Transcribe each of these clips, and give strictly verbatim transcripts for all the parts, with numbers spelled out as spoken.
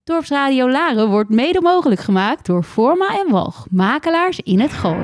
Dorpsradio Laren wordt mede mogelijk gemaakt door Forma en Walch, makelaars in het Gooi.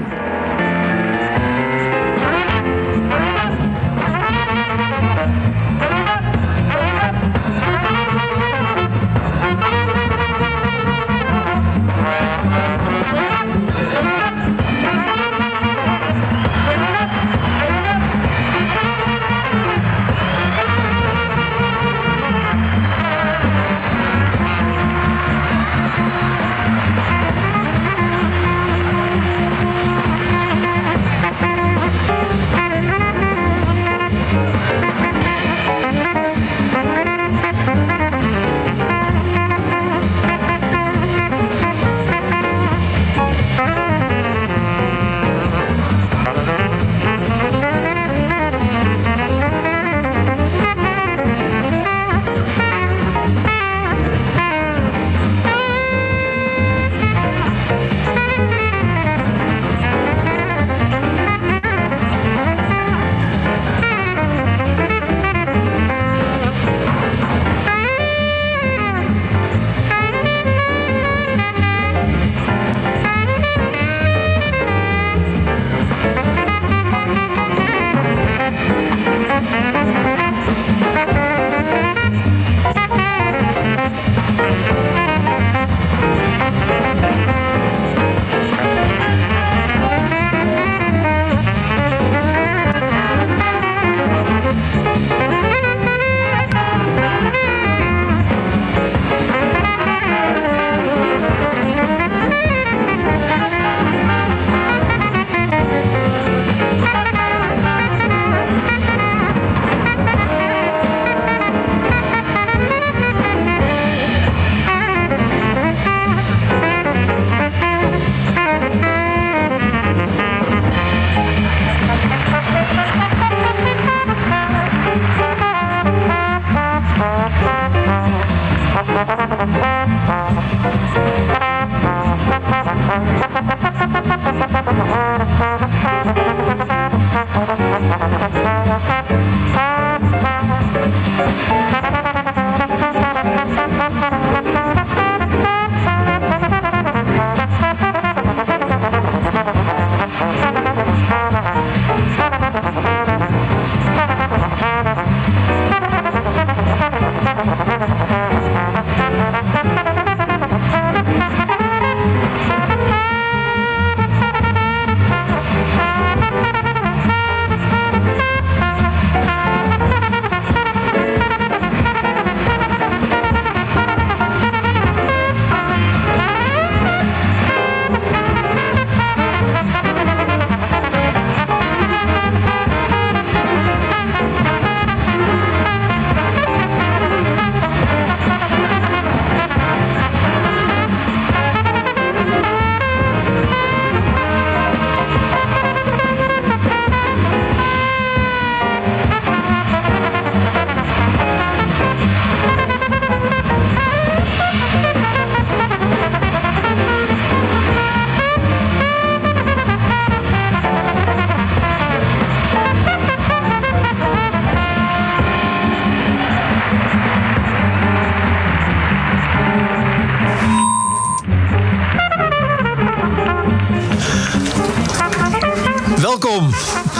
Welkom,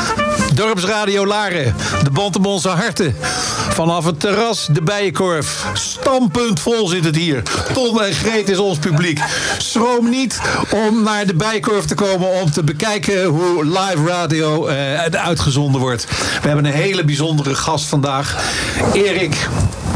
Dorpsradio Laren, de band om onze harten. Vanaf het terras, de Bijenkorf. Stampend vol zit het hier. Ton en Greet is ons publiek. Schroom niet om naar de Bijenkorf te komen om te bekijken hoe live radio uh, uitgezonden wordt. We hebben een hele bijzondere gast vandaag. Erik,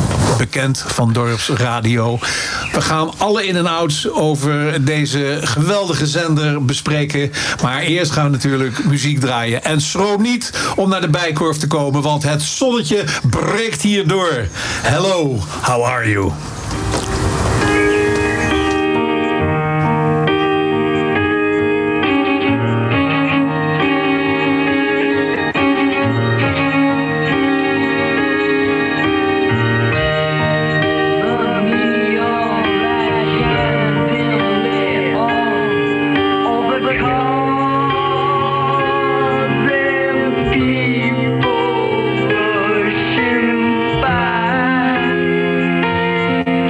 bekend van Dorpsradio. We gaan alle in en outs over deze geweldige zender bespreken. Maar eerst gaan we natuurlijk muziek draaien. En schroom niet om naar de Bijenkorf te komen, want het zonnetje breekt hier door. Hello, how are you? People rushing by.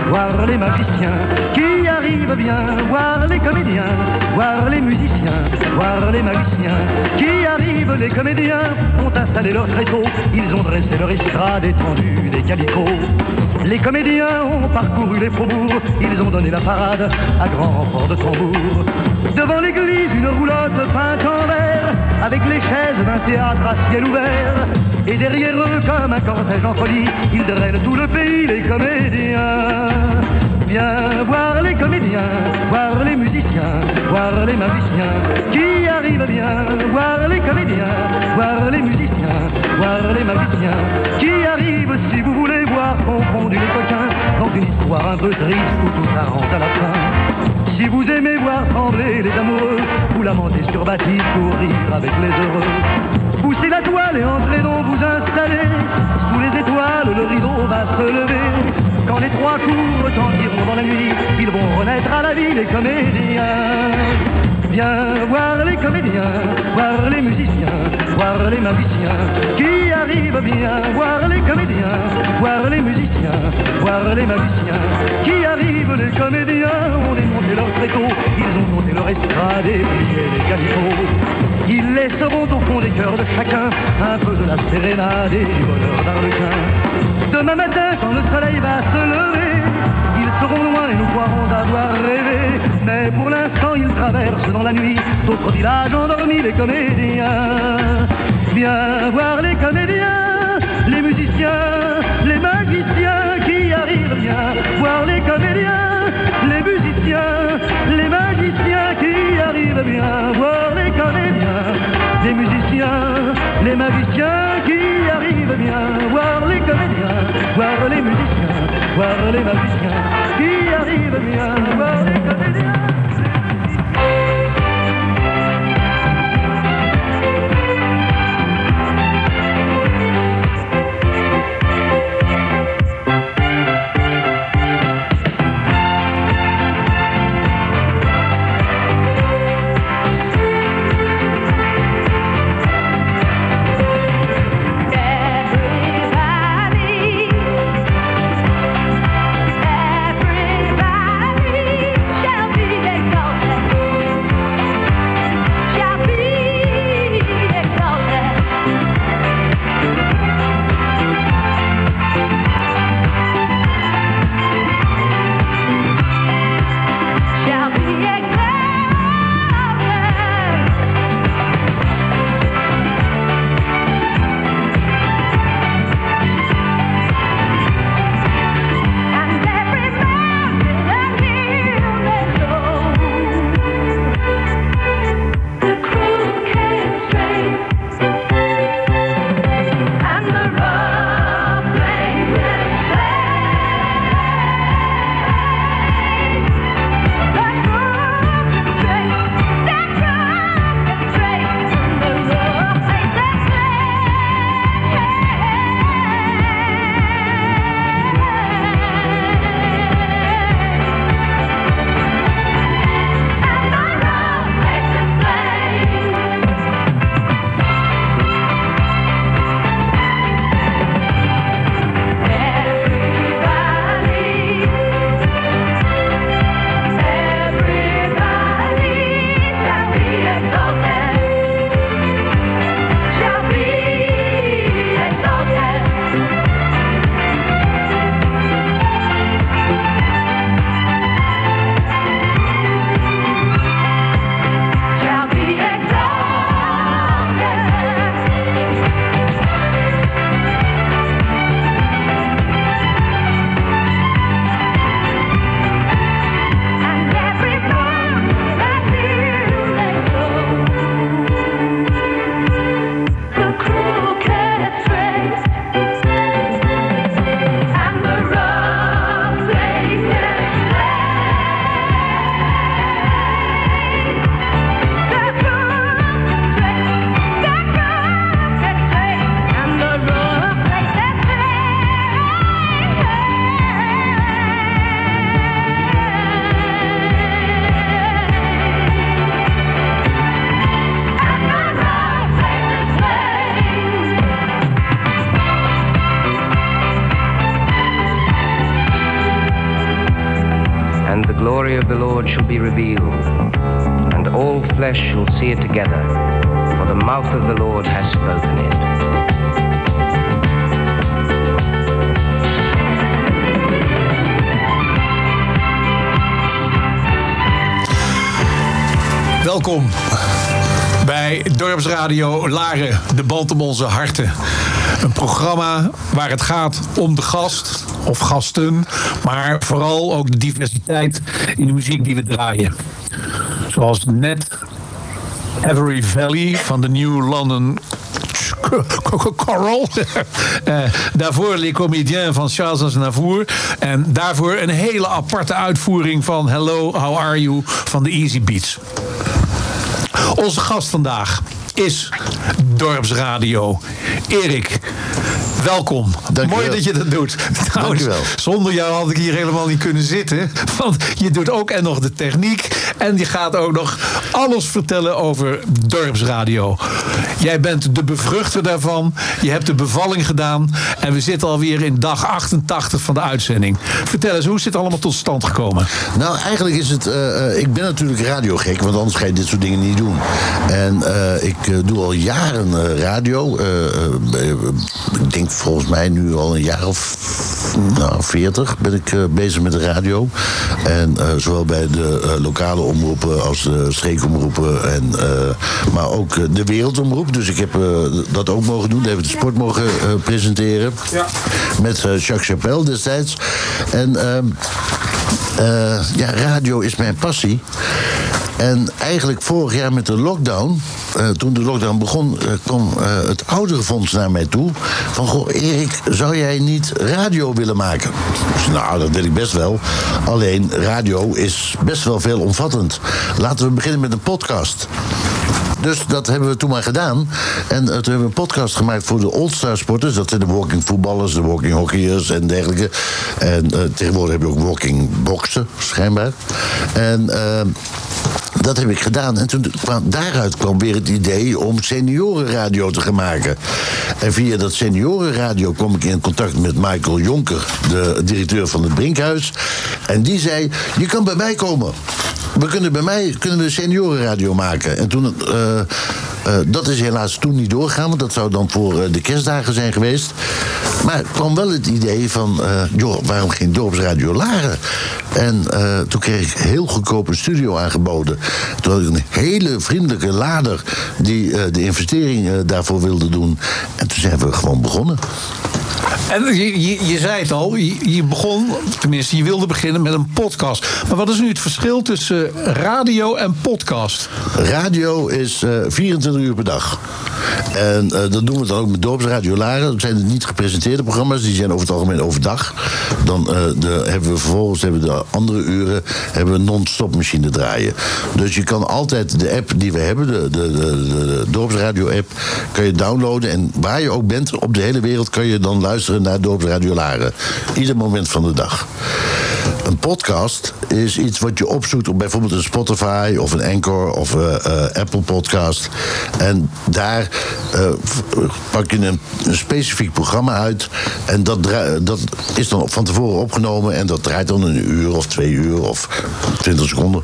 voir les magiciens qui arrivent bien, voir les comédiens, voir les musiciens, voir les magiciens qui arrivent. Les comédiens ont installé leur tréteau, ils ont dressé leur estrade étendue des calicots. Les comédiens ont parcouru les faubourgs, ils ont donné la parade à grand renfort de tambour. Devant l'église, une roulotte peinte en vert, avec les chaises d'un théâtre à ciel ouvert. Et derrière eux, comme un cortège en folie, ils drainent tout le pays, les comédiens. Viens voir les comédiens, voir les musiciens, voir les magiciens qui arrivent bien, voir les comédiens, voir les musiciens, voir les magiciens qui arrivent. Si vous voulez voir confondus les coquins dans une histoire un peu triste où tout s'arrange à la fin. Si vous aimez voir trembler les amoureux, vous lamentez sur Baptiste pour rire avec les heureux. Poussez la toile et entrez donc vous installer. Sous les étoiles, le rideau va se lever. Quand les trois coups retentiront dans la nuit, ils vont renaître à la vie, les comédiens. Viens voir les comédiens, voir les musiciens, voir les magiciens qui arrivent bien, voir les comédiens, voir les musiciens, voir les magiciens qui arrivent. Les comédiens ont démonté leur tréteau, ils ont monté leur estrade et plié les calicots. Ils laisseront au fond des cœurs de chacun un peu de la sérénade et du bonheur d'Arlequin. Demain matin, quand le soleil va se lever, ils seront loin et nous croirons avoir rêvé. Mais pour l'instant, ils traversent dans la nuit d'autres villages endormis, les comédiens. Viens voir les comédiens, les musiciens, les magiciens qui arrivent bien. Voir les comédiens, les musiciens, les magiciens qui arrivent bien. Voir les comédiens, les musiciens, les magiciens qui arrivent bien. Voir les comédiens, voir les musiciens, voir les magiciens qui arrivent bien. Voir les comédiens. Everybody shall be there. glory of the Lord shall be revealed, and all flesh shall see it together, for the mouth of the Lord has spoken it. Welkom bij Dorpsradio Laren, de band om onze harten. Een programma waar het gaat om de gast of gasten, maar vooral ook de diversiteit in de muziek die we draaien. Zoals net Avery Valley van de New London Choral. uh, daarvoor Les Comédiens van Charles Aznavour. En daarvoor een hele aparte uitvoering van Hello, How Are You van de Easy Beats. Onze gast vandaag is Dorpsradio Erik. Welkom. Mooi dat je dat doet. Trouwens, zonder jou had ik hier helemaal niet kunnen zitten. Want je doet ook en nog de techniek. En je gaat ook nog alles vertellen over Dorpsradio. Jij bent de bevruchter daarvan. Je hebt de bevalling gedaan. En we zitten alweer in dag achtentachtig van de uitzending. Vertel eens, hoe is dit allemaal tot stand gekomen? Nou, eigenlijk is het... Uh, ik ben natuurlijk radiogek, want anders ga je dit soort dingen niet doen. En uh, ik uh, doe al jaren uh, radio. Uh, uh, ik denk volgens mij nu al een jaar of nou, veertig ben ik uh, bezig met de radio. En uh, zowel bij de uh, lokale omroepen als de streekomroepen. En, uh, maar ook uh, de wereldomroep. Dus ik heb uh, dat ook mogen doen. Daar hebben we de sport mogen uh, presenteren. Ja. Met uh, Jacques Chapelle destijds. En uh, uh, ja, radio is mijn passie. En eigenlijk vorig jaar met de lockdown, uh, toen de lockdown begon, uh, kwam uh, het ouderenfonds naar mij toe. Van, goh, Erik, zou jij niet radio willen maken? Ik zei, nou, dat wil ik best wel. Alleen, radio is best wel veelomvattend. Laten we beginnen met een podcast. Dus dat hebben we toen maar gedaan. En uh, toen hebben we een podcast gemaakt voor de All-Star sporters. Dat zijn de walking voetballers, de walking hockeyers en dergelijke. En uh, tegenwoordig heb je ook walking boksen, schijnbaar. En... Uh, dat heb ik gedaan. En toen kwam, daaruit kwam weer het idee om seniorenradio te gaan maken. En via dat seniorenradio kwam ik in contact met Michael Jonker, de directeur van het Brinkhuis. En die zei, je kan bij mij komen. We kunnen bij mij kunnen we seniorenradio maken. En toen... Uh, Uh, dat is helaas toen niet doorgegaan, want dat zou dan voor uh, de kerstdagen zijn geweest. Maar er kwam wel het idee van, uh, joh, waarom geen Dorpsradio Laren? En uh, toen kreeg ik heel goedkoop een studio aangeboden. Toen had ik een hele vriendelijke lader die uh, de investering uh, daarvoor wilde doen. En toen zijn we gewoon begonnen. En je, je, je zei het al, je, je begon, tenminste je wilde beginnen met een podcast. Maar wat is nu het verschil tussen radio en podcast? Radio is uh, vierentwintig uur per dag. En uh, dat doen we dan ook met Dorpsradio Laren. Dat zijn de niet gepresenteerde programma's, die zijn over het algemeen overdag. Dan uh, de, hebben we vervolgens hebben we de andere uren hebben we non-stop machine draaien. Dus je kan altijd de app die we hebben, de, de, de, de Dorpsradio app, kan je downloaden. En waar je ook bent op de hele wereld kan je dan luisteren naar Dorpsradio Laren. Ieder moment van de dag. Een podcast is iets wat je opzoekt op bijvoorbeeld een Spotify of een Anchor of uh, uh, Apple Podcast. En daar uh, pak je een, een specifiek programma uit. En dat, dra- dat is dan van tevoren opgenomen. En dat draait dan een uur of twee uur of twintig seconden.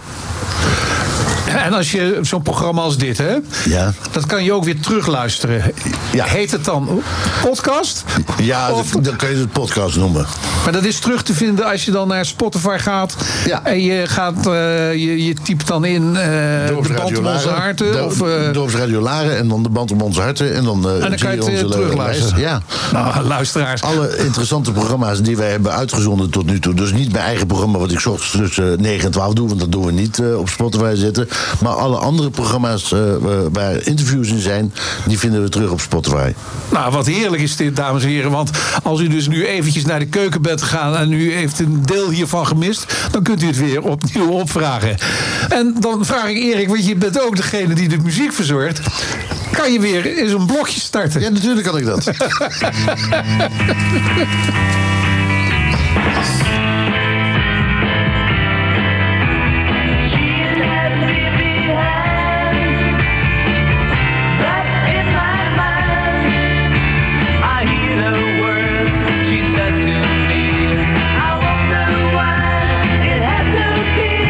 En als je zo'n programma als dit, hè? Ja. Dat kan je ook weer terugluisteren. Ja. Heet het dan podcast? Ja, of... dan kan je het podcast noemen. Maar dat is terug te vinden als je dan naar Spotify gaat. Ja. En je gaat, uh, je, je typt dan in uh, de band om onze harten. De, of, uh, Dorpsradio Laren en dan de band om onze harten. En dan, uh, en dan kan je het uh, terugluisteren. Ja. Nou, luisteraars. Alle interessante programma's die wij hebben uitgezonden tot nu toe. Dus niet mijn eigen programma wat ik 's ochtends tussen negen en twaalf doe. Want dat doen we niet uh, op Spotify zetten. Maar alle andere programma's uh, waar interviews in zijn, die vinden we terug op Spotify. Nou, wat heerlijk is dit, dames en heren. Want als u dus nu eventjes naar de keuken bent gegaan en u heeft een deel hiervan gemist, dan kunt u het weer opnieuw opvragen. En dan vraag ik Erik, want je bent ook degene die de muziek verzorgt. Kan je weer eens een blokje starten? Ja, natuurlijk kan ik dat. She said to me, I wonder why it had to be.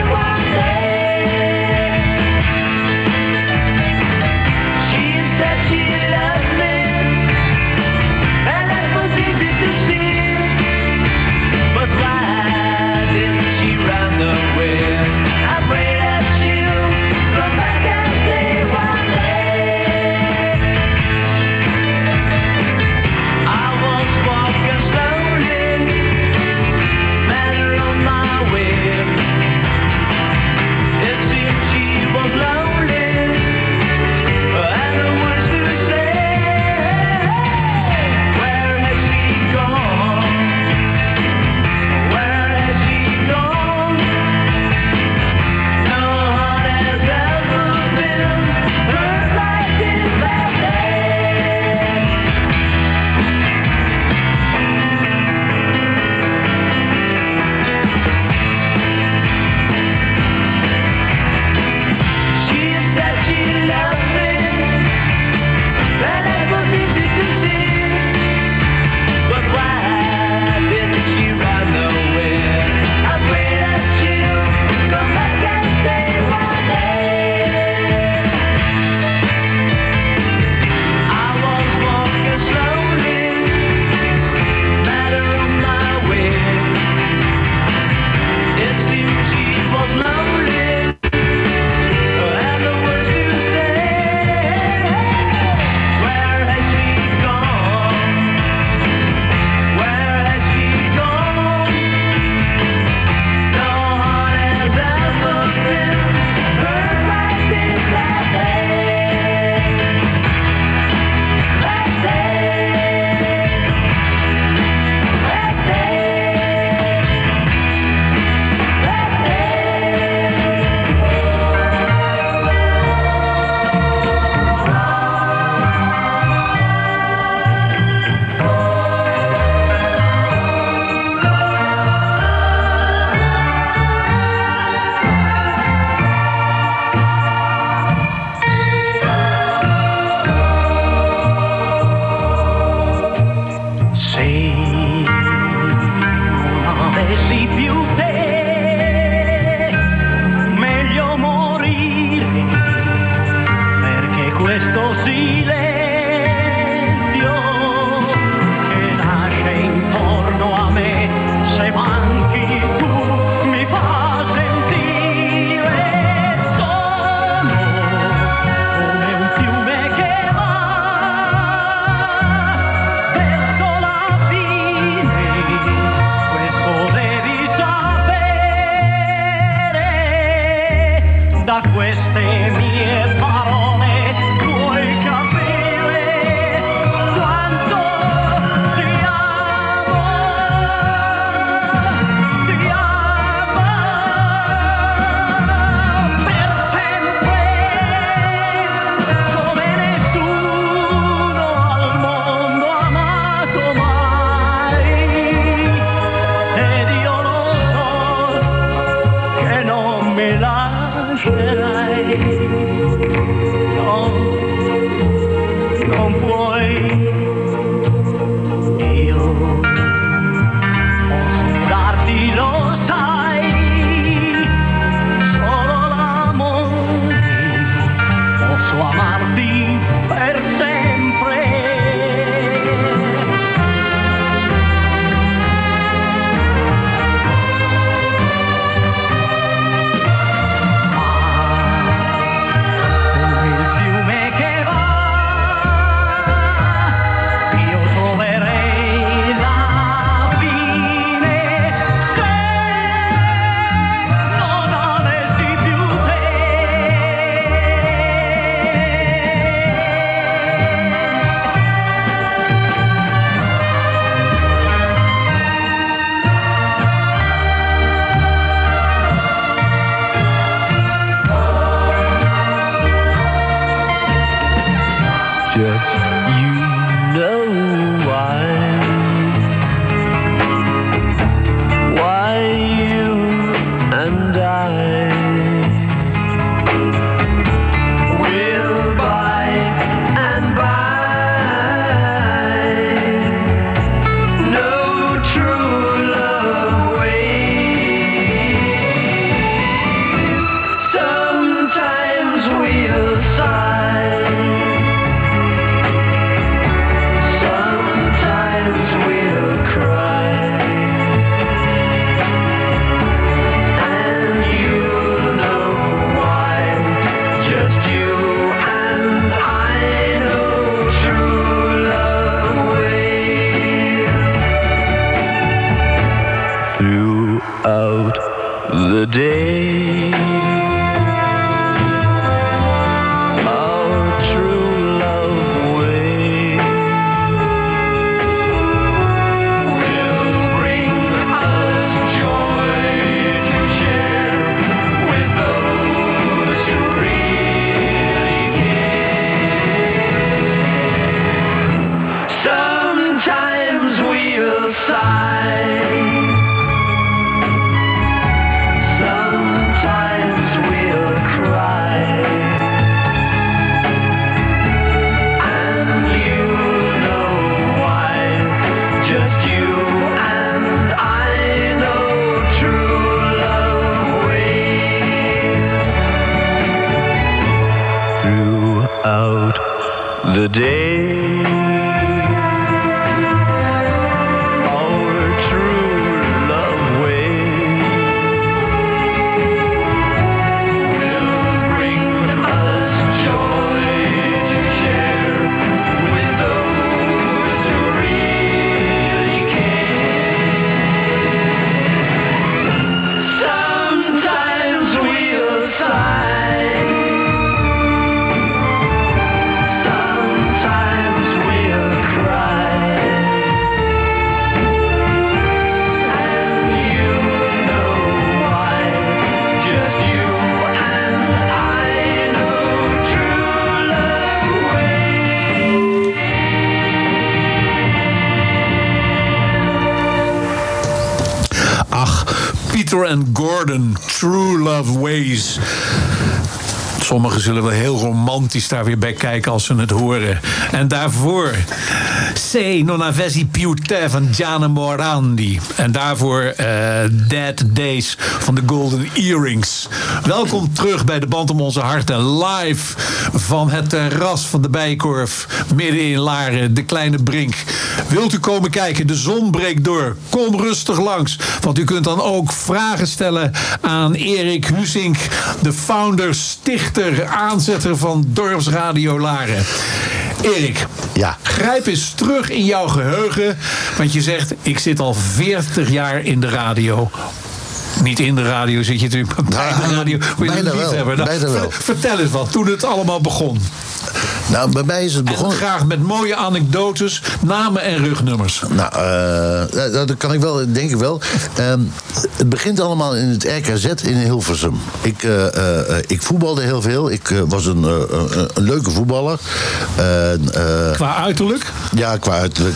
Peter and Gordon, True Love Ways. Sommigen zullen wel heel romantisch daar weer bij kijken als ze het horen. En daarvoor Se non avessi più te van Gianna Morandi. En daarvoor uh, Dead Days van de Golden Earrings. Welkom terug bij de Band om onze harten. Live van het terras van de Bijenkorf. Midden in Laren, de Kleine Brink. Wilt u komen kijken? De zon breekt door. Kom rustig langs. Want u kunt dan ook vragen stellen aan Erik Husink, de founder, stichter, aanzetter van Dorpsradio Laren. Erik, ja. Grijp eens terug in jouw geheugen. Want je zegt, ik zit al veertig jaar in de radio. Niet in de radio zit je natuurlijk, maar bij de radio. Bijna wel, nou, bijna wel. Vertel eens wat, toen het allemaal begon. Nou, bij mij is het begonnen. En graag met mooie anekdotes, namen en rugnummers. Nou, uh, dat kan ik wel, denk ik wel. Uh, het begint allemaal in het R K Z in Hilversum. Ik, uh, uh, ik voetbalde heel veel. Ik uh, was een, uh, een, een leuke voetballer. Uh, uh, qua uiterlijk? Ja, qua uiterlijk.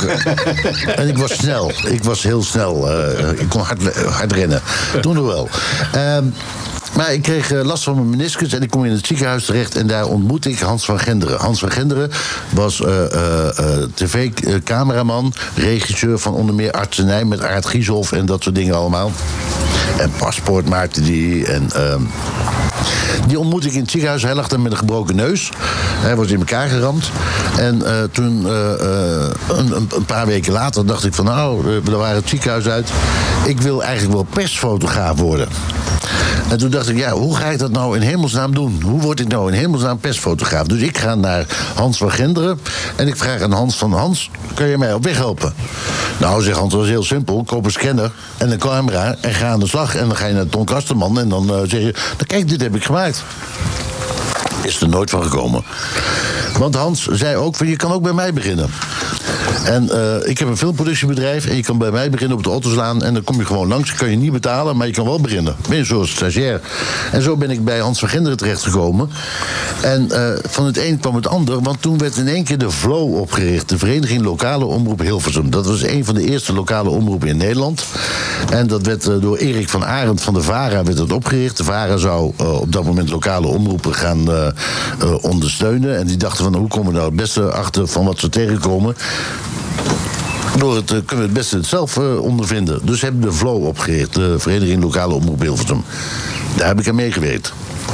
En ik was snel. Ik was heel snel. Uh, ik kon hard, hard rennen. Toen nog wel. Uh, Maar ik kreeg last van mijn meniscus en ik kom in het ziekenhuis terecht en daar ontmoette ik Hans van Genderen. Hans van Genderen was uh, uh, uh, tv-cameraman, regisseur van onder meer Artsenij met Aart Gieshoff en dat soort dingen allemaal. En Paspoort maakte die en... Uh, Die ontmoette ik in het ziekenhuis. Hij lag daar met een gebroken neus. Hij was in elkaar geramd. En uh, toen, uh, uh, een, een paar weken later, dacht ik van... nou, we waren het ziekenhuis uit. Ik wil eigenlijk wel persfotograaf worden. En toen dacht ik, ja, hoe ga ik dat nou in hemelsnaam doen? Hoe word ik nou in hemelsnaam persfotograaf? Dus ik ga naar Hans van Genderen. En ik vraag aan Hans van... Hans, kan je mij op weg helpen? Nou, zegt Hans, dat was heel simpel. Koop een scanner en een camera en ga aan de slag. En dan ga je naar Ton Kasterman en dan uh, zeg je... Nou, kijk, dit heb ik gemaakt. Is er nooit van gekomen. Want Hans zei ook, van, je kan ook bij mij beginnen. En uh, ik heb een filmproductiebedrijf en je kan bij mij beginnen op de Ottoslaan en dan kom je gewoon langs. Kan je niet betalen, maar je kan wel beginnen. Ben je zoals stagiair. En zo ben ik bij Hans van Genderen terechtgekomen. En uh, van het een kwam het ander, want toen werd in één keer de Flow opgericht. De Vereniging Lokale Omroep Hilversum. Dat was een van de eerste lokale omroepen in Nederland. En dat werd uh, door Erik van Arend van de VARA werd het opgericht. De VARA zou uh, op dat moment lokale omroepen gaan uh, uh, ondersteunen. En die dachten van, hoe komen we nou het beste achter van wat ze tegenkomen? Door het uh, kunnen we het beste het zelf uh, ondervinden. Dus hebben we de Flow opgericht, de Vereniging Lokale Omroep Hilversum. Daar heb ik aan meegewerkt.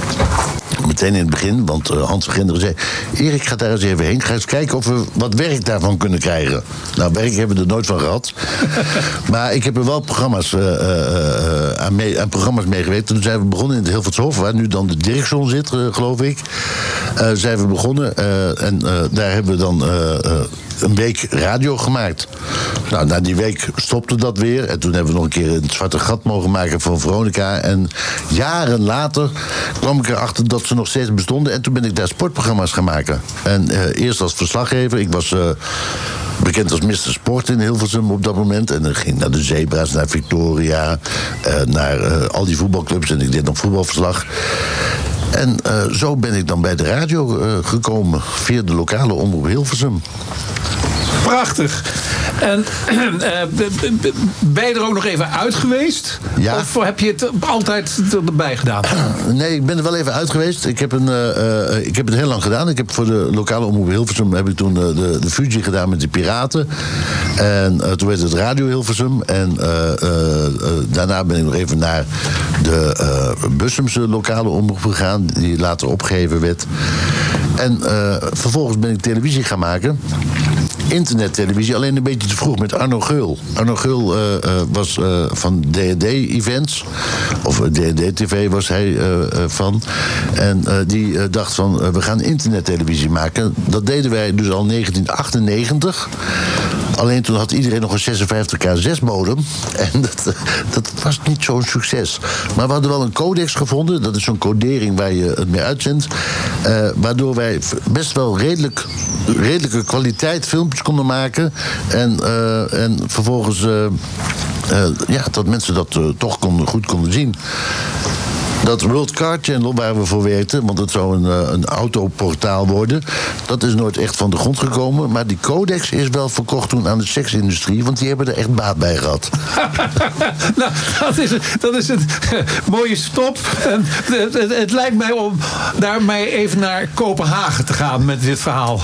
Meteen in het begin, want uh, Hans van Genderen zei... Erik, ga daar eens even heen. Ga eens kijken of we wat werk daarvan kunnen krijgen. Nou, werk hebben we er nooit van gehad. Maar ik heb er wel programma's, uh, uh, aan, mee, aan programma's meegewerkt. Toen zijn we begonnen in het Hilvershof, waar nu dan de Dirkson zit, uh, geloof ik. Uh, zijn we begonnen uh, en uh, daar hebben we dan... Uh, uh, een week radio gemaakt. Nou, na die week stopte dat weer. En toen hebben we nog een keer een zwarte gat mogen maken van Veronica. En jaren later kwam ik erachter dat ze nog steeds bestonden. En toen ben ik daar sportprogramma's gaan maken. En uh, eerst als verslaggever. Ik was... Uh, bekend als mister Sport in Hilversum op dat moment. En dan ging ik naar de Zebra's, naar Victoria, uh, naar uh, al die voetbalclubs. En ik deed nog voetbalverslag. En uh, zo ben ik dan bij de radio uh, gekomen. Via de lokale omroep Hilversum. Prachtig. En uh, ben je er ook nog even uit geweest? Ja. Of heb je het altijd erbij gedaan? Nee, ik ben er wel even uit geweest. Ik heb, een, uh, ik heb het heel lang gedaan. Ik heb voor de lokale omroep Hilversum heb ik toen de, de, de fusie gedaan met de Piraten. En uh, toen werd het Radio Hilversum. En uh, uh, uh, daarna ben ik nog even naar de uh, Bussumse lokale omroep gegaan, die later opgegeven werd. En uh, vervolgens ben ik televisie gaan maken. Internettelevisie, alleen een beetje te vroeg met Arno Geul. Arno Geul uh, uh, was uh, van D en D-events. Of D en D-T V was hij uh, uh, van. En uh, die uh, dacht van, uh, we gaan internettelevisie maken. Dat deden wij dus al negentien achtennegentig. Alleen toen had iedereen nog een zesenvijftig K zes modem. En dat, uh, dat was niet zo'n succes. Maar we hadden wel een codex gevonden. Dat is zo'n codering waar je het mee uitzendt. Uh, waardoor wij best wel redelijk, redelijke kwaliteit filmpjes konden maken. En, uh, en vervolgens uh, uh, ja, dat mensen dat uh, toch konden, goed konden zien. Dat World Car Channel, waar we voor werkten, want het zou een, uh, een autoportaal worden, dat is nooit echt van de grond gekomen. Maar die codex is wel verkocht toen aan de seksindustrie, want die hebben er echt baat bij gehad. Nou, dat is, dat is het mooie stop. En het, het, het lijkt mij om daarmee even naar Kopenhagen te gaan met dit verhaal.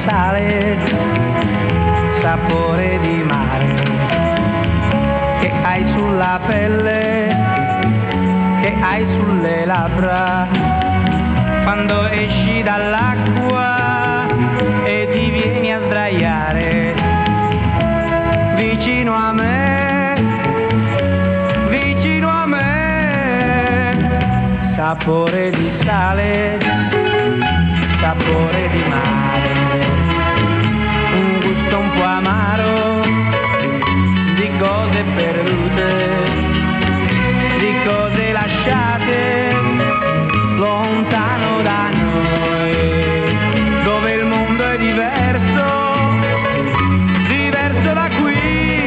sale, sapore di mare, che hai sulla pelle, che hai sulle labbra, quando esci dall'acqua e ti vieni a sdraiare vicino a me, vicino a me, sapore di sale, sapore di mare, un gusto un po' amaro di cose perdute, di cose lasciate lontano da noi, dove il mondo è diverso, diverso da qui,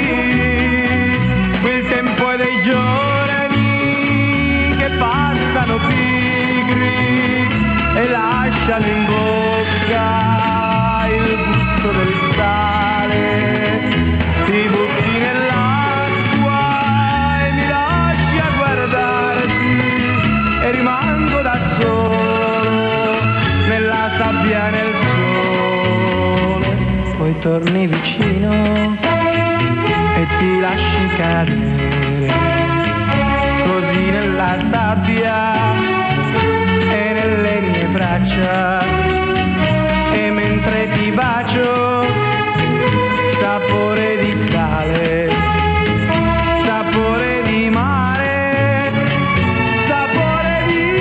quel tempo è dei giorni che passano pigri e lasciano in bocca il gusto del sale, ti butti nell'acqua e mi lasci a guardarti e rimango da solo nella sabbia e nel sole, poi torni vicino e ti lasci cadere così nella sabbia e nelle mie braccia, e mentre ti bacio sapore di sale, sapore di mare, sapore di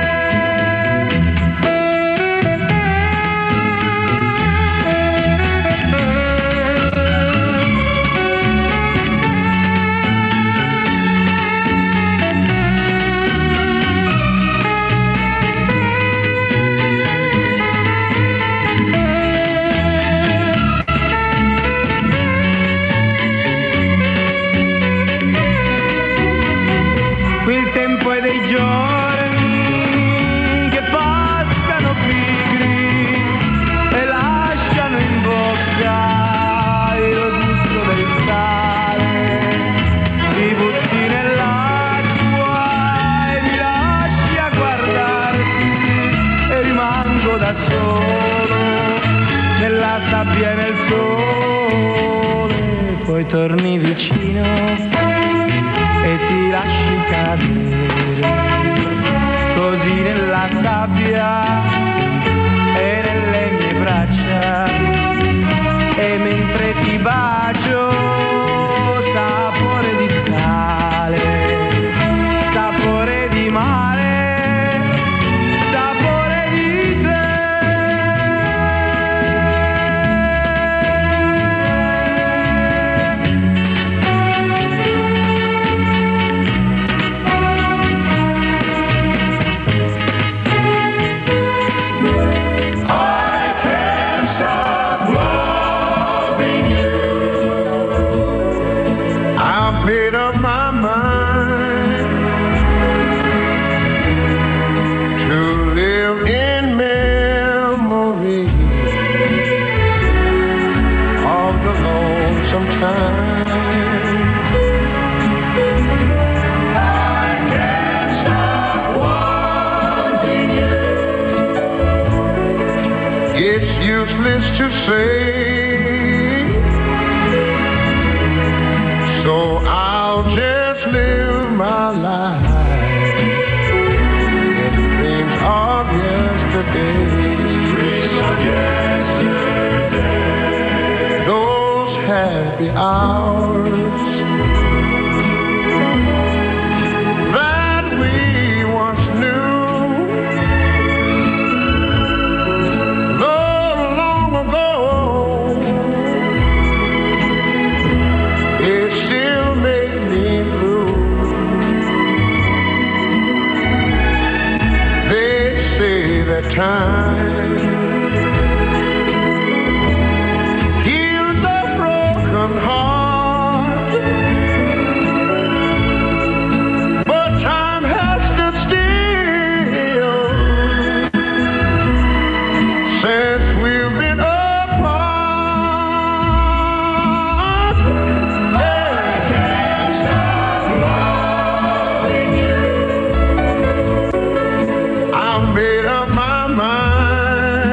quel tempo è dei giorni che passano pigri e lasciano in bocca il gusto del sale, ti butti nell'acqua e mi lasci a guardarti e rimango da solo nella sabbia e nel sole, poi torni vicino e ti lasci cadere così nella sabbia e nelle mie braccia, e mentre ti bacio sapore di sale, sapore di mare, sapore di te. Made up my mind to live in memory of the lonesome time. I can't stop wanting you. It's useless to say, so I'll just live my life in dreams of yesterday. Dreams of yesterday. Those happy hours that we once knew, long, long ago. It still makes me blue. They say that time heals a broken heart, but time has stood still since we've been apart. I made up my mind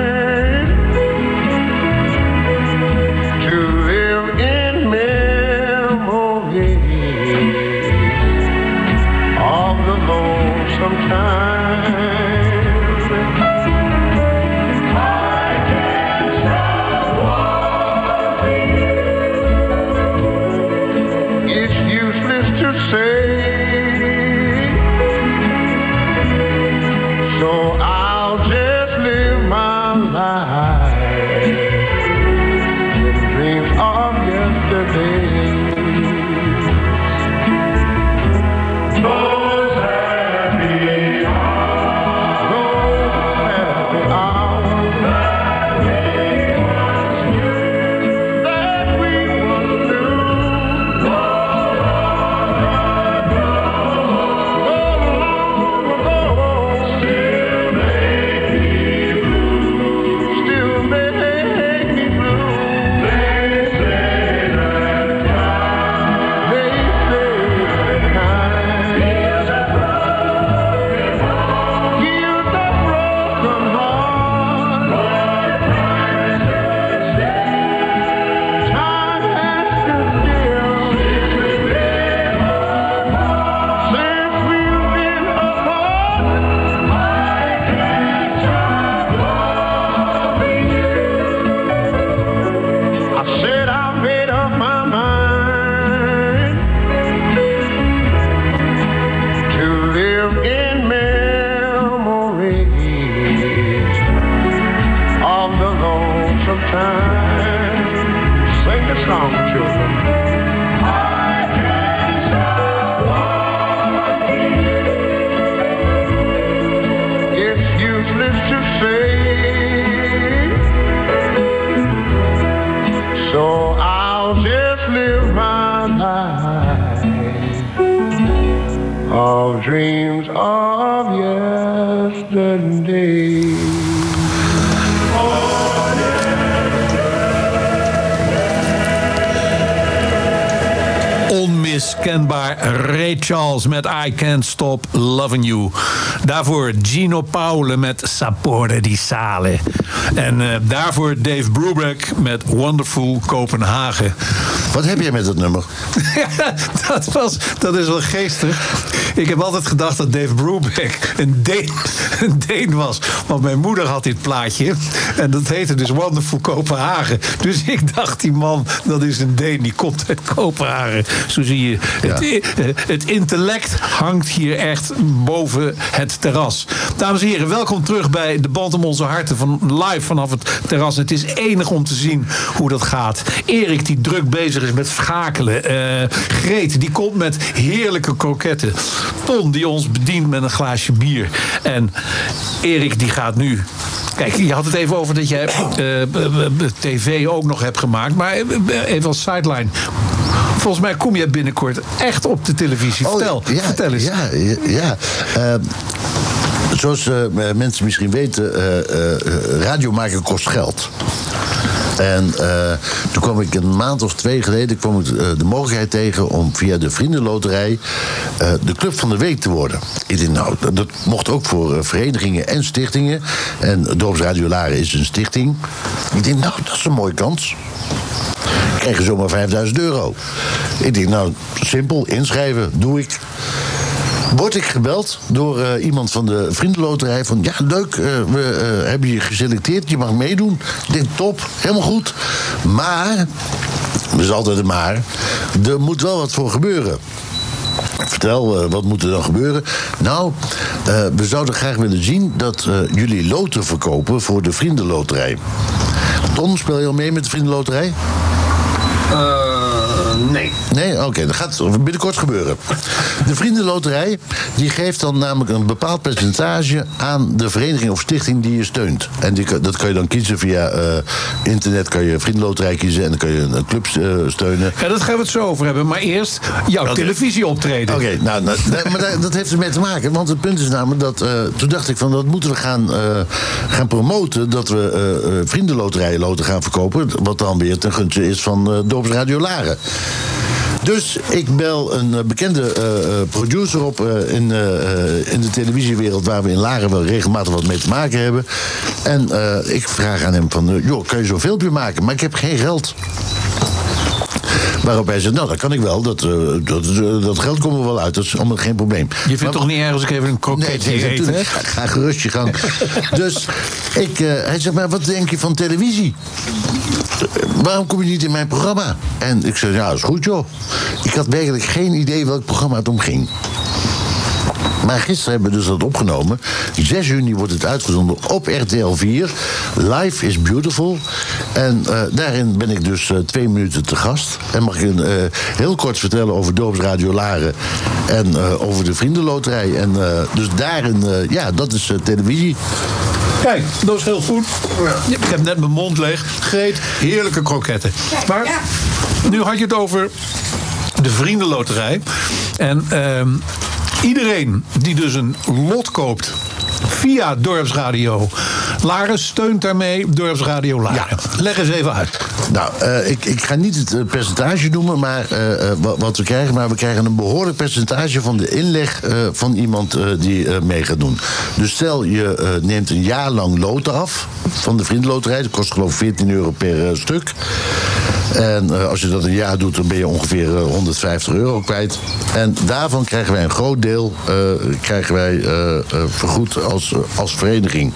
onmiskenbaar Ray Charles met I Can't Stop Loving You. Daarvoor Gino Paule met Sapore di Sale. En uh, daarvoor Dave Brubeck met Wonderful Kopenhagen. Wat heb jij met dat nummer? Ja, dat, was, dat is wel geestig. Ik heb altijd gedacht dat Dave Brubeck een Deen, een Deen was. Want mijn moeder had dit plaatje. En dat heette dus Wonderful Kopenhagen. Dus ik dacht, die man, dat is een Deen. Die komt uit Kopenhagen. Zo zie je. Ja. Het, het intellect hangt hier echt boven het terras. Dames en heren, welkom terug bij de Band om onze harten. Van live vanaf het terras. Het is enig om te zien hoe dat gaat. Erik die druk bezig is met schakelen. Uh, Greet die komt met heerlijke kroketten. Ton die ons bedient met een glaasje bier. En Erik die gaat nu... Kijk, je had het even over dat jij uh, tv ook nog hebt gemaakt. Maar even als sideline. Volgens mij kom je binnenkort echt op de televisie. Vertel, oh, ja, vertel eens. Ja, ja. ja. Uh, zoals uh, mensen misschien weten, uh, uh, radio maken kost geld. En uh, toen kwam ik een maand of twee geleden kwam ik, uh, de mogelijkheid tegen om via de Vriendenloterij uh, de Club van de Week te worden. Ik dacht, nou, dat, dat mocht ook voor uh, verenigingen en stichtingen. En Dorpsradio Laren is een stichting. Ik dacht, nou, dat is een mooie kans. Ik krijg zomaar vijfduizend euro. Ik dacht, nou, simpel, inschrijven, doe ik. Word ik gebeld door uh, iemand van de Vriendenloterij van... ja, leuk, uh, we uh, hebben je geselecteerd, je mag meedoen. Ik denk, top, helemaal goed. Maar, er is altijd een maar... er moet wel wat voor gebeuren. Vertel, uh, wat moet er dan gebeuren? Nou, uh, we zouden graag willen zien dat uh, jullie loten verkopen voor de Vriendenloterij. Ton, speel je al mee met de Vriendenloterij? Uh, nee. Nee? Oké, okay, dat gaat binnenkort gebeuren. De Vriendenloterij die geeft dan namelijk een bepaald percentage aan de vereniging of stichting die je steunt. En die, dat kan je dan kiezen via uh, internet, kan je Vriendenloterij kiezen en dan kan je een club uh, steunen. Ja, dat gaan we het zo over hebben. Maar eerst jouw okay. televisieoptreden. Oké, okay, nou, nou, maar dat, dat heeft ermee te maken. Want het punt is namelijk dat, uh, toen dacht ik van, dat moeten we gaan, uh, gaan promoten, dat we uh, Vriendenloterij loten gaan verkopen, wat dan weer ten gunste is van uh, Dorpsradio Laren. Dus ik bel een uh, bekende uh, producer op uh, in, uh, in de televisiewereld, waar we in Laren wel regelmatig wat mee te maken hebben. En uh, ik vraag aan hem van, uh, joh, kan je zo'n filmpje maken? Maar ik heb geen geld. Waarop hij zegt, nou, dat kan ik wel. Dat, uh, dat, uh, dat geld komt er wel uit. Dat is allemaal geen probleem. Je vindt maar, toch niet erg als ik even een kroketje nee, eet, hè? Ga, ga gerust je gang. Dus ik, uh, hij zegt, maar wat denk je van televisie? Waarom kom je niet in mijn programma? En ik zei, ja, dat is goed, joh. Ik had werkelijk geen idee welk programma het om ging. Maar gisteren hebben we dus dat opgenomen. zes juni wordt het uitgezonden op R T L vier. Life is Beautiful. En uh, daarin ben ik dus uh, twee minuten te gast. En mag ik uh, heel kort vertellen over Dorpsradio Laren. En uh, over de Vriendenloterij. En uh, dus daarin, uh, ja, dat is uh, televisie. Kijk, dat is heel goed. Ja. Ik heb net mijn mond leeg. Greet, heerlijke kroketten. Maar nu had je het over de Vriendenloterij. En Uh, iedereen die dus een lot koopt via Dorpsradio Laren steunt daarmee Dorpsradio Laren. Ja. Leg eens even uit. Nou, uh, ik, ik ga niet het uh, percentage noemen, maar uh, wat, wat we krijgen, maar we krijgen een behoorlijk percentage van de inleg uh, van iemand uh, die uh, mee gaat doen. Dus stel je uh, neemt een jaar lang loten af van de Vriendenloterij. Dat kost geloof ik veertien euro per uh, stuk. En uh, als je dat een jaar doet, dan ben je ongeveer uh, honderdvijftig euro kwijt. En daarvan krijgen wij een groot deel uh, krijgen wij, uh, uh, vergoed als, uh, als vereniging.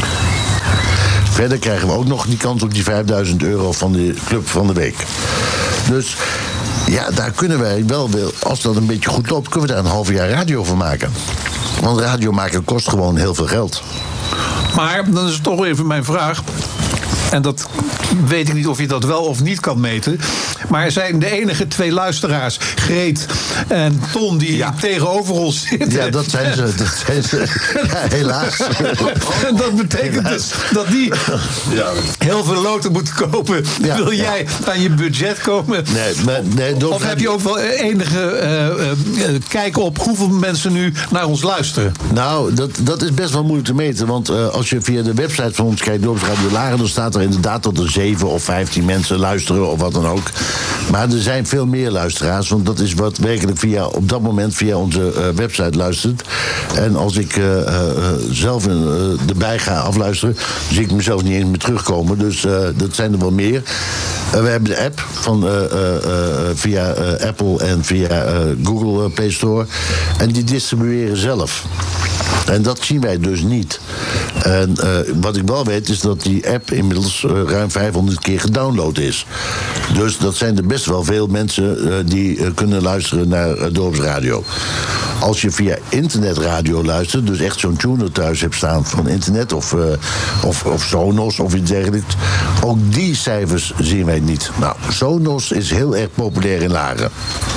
Verder krijgen we ook nog die kans op die vijfduizend euro van de Club van de Week. Dus ja, daar kunnen wij wel, als dat een beetje goed loopt, kunnen we daar een half jaar radio van maken. Want radio maken kost gewoon heel veel geld. Maar dan is het toch even mijn vraag. En dat weet ik niet of je dat wel of niet kan meten. Maar zijn de enige twee luisteraars, Greet en Ton, die ja. tegenover ons zitten. Ja, dat zijn ze. Dat zijn ze. Ja, helaas. En dat betekent helaas. dus dat die ja. heel veel loten moeten kopen. Ja. Wil jij ja. aan je budget komen? Nee, maar, nee, of heb je ook wel enige uh, uh, kijk op hoeveel mensen nu naar ons luisteren? Nou, dat, dat is best wel moeilijk te meten. Want uh, als je via de website van ons kijkt, Dorpsradio Laren, dan staat er inderdaad tot er zeven of vijftien mensen luisteren of wat dan ook. Maar er zijn veel meer luisteraars, want dat is wat werkelijk via, op dat moment via onze uh, website luistert. En als ik uh, uh, zelf uh, erbij ga afluisteren, zie ik mezelf niet eens meer terugkomen. Dus uh, dat zijn er wel meer. Uh, we hebben de app van, uh, uh, uh, via uh, Apple en via uh, Google Play Store. En die distribueren zelf. En dat zien wij dus niet. En uh, wat ik wel weet is dat die app inmiddels uh, ruim vijfhonderd keer gedownload is. Dus dat zijn er best wel veel mensen uh, die uh, kunnen luisteren naar uh, dorpsradio. Als je via internetradio luistert, dus echt zo'n tuner thuis hebt staan van internet of, uh, of, of Sonos of iets dergelijks, ook die cijfers zien wij niet. Nou, Sonos is heel erg populair in Laren.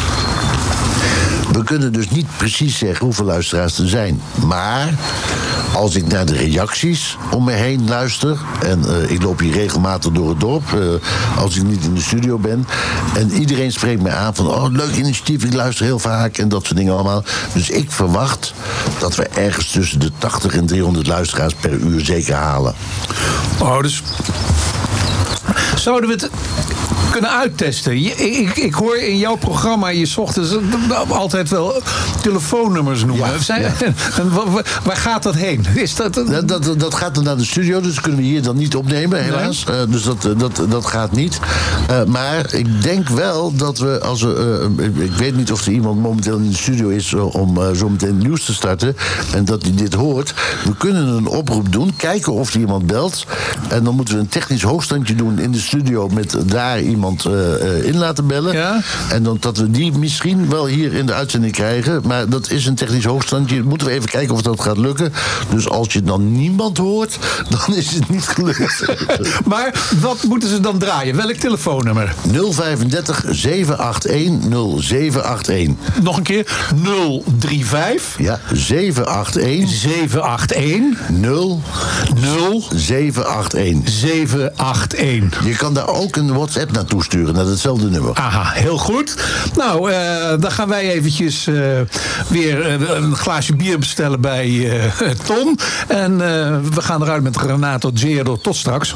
We kunnen dus niet precies zeggen hoeveel luisteraars er zijn. Maar als ik naar de reacties om me heen luister, en uh, ik loop hier regelmatig door het dorp, uh, als ik niet in de studio ben, en iedereen spreekt me aan van, oh, leuk initiatief, ik luister heel vaak en dat soort dingen allemaal. Dus ik verwacht dat we ergens tussen de tachtig en driehonderd luisteraars per uur zeker halen. Oh, dus zouden we het kunnen uittesten? Je, ik, ik hoor in jouw programma je 's ochtends altijd wel telefoonnummers noemen. Ja, Zijn, ja. waar, waar gaat dat heen? Is dat, dat, dat, dat gaat dan naar de studio, dus kunnen we hier dan niet opnemen, helaas. Nee. Uh, dus dat, dat, dat gaat niet. Uh, maar ik denk wel dat we, als we, uh, ik weet niet of er iemand momenteel in de studio is om uh, zo meteen het nieuws te starten en dat hij dit hoort. We kunnen een oproep doen, kijken of er iemand belt. En dan moeten we een technisch hoogstandje doen in de studio met daar iemand uh, uh, in laten bellen. Ja? En dan dat we die misschien wel hier in de uitzending krijgen. Maar dat is een technisch hoogstandje. Moeten we even kijken of dat gaat lukken. Dus als je dan niemand hoort, dan is het niet gelukt. Maar wat moeten ze dan draaien? Welk telefoonnummer? nul vijfendertig zeven acht een nul zeven acht een. Nog een keer. nul drie vijf. Ja, zeven acht een. zeven acht een. nul. nul. zeven acht een. zeven acht een. Je kan daar ook een WhatsApp naartoe sturen, naar hetzelfde nummer. Aha, heel goed. Nou, uh, dan gaan wij eventjes uh, weer uh, een glaasje bier bestellen bij uh, Tom. En uh, we gaan eruit met Renato Zero. Tot straks.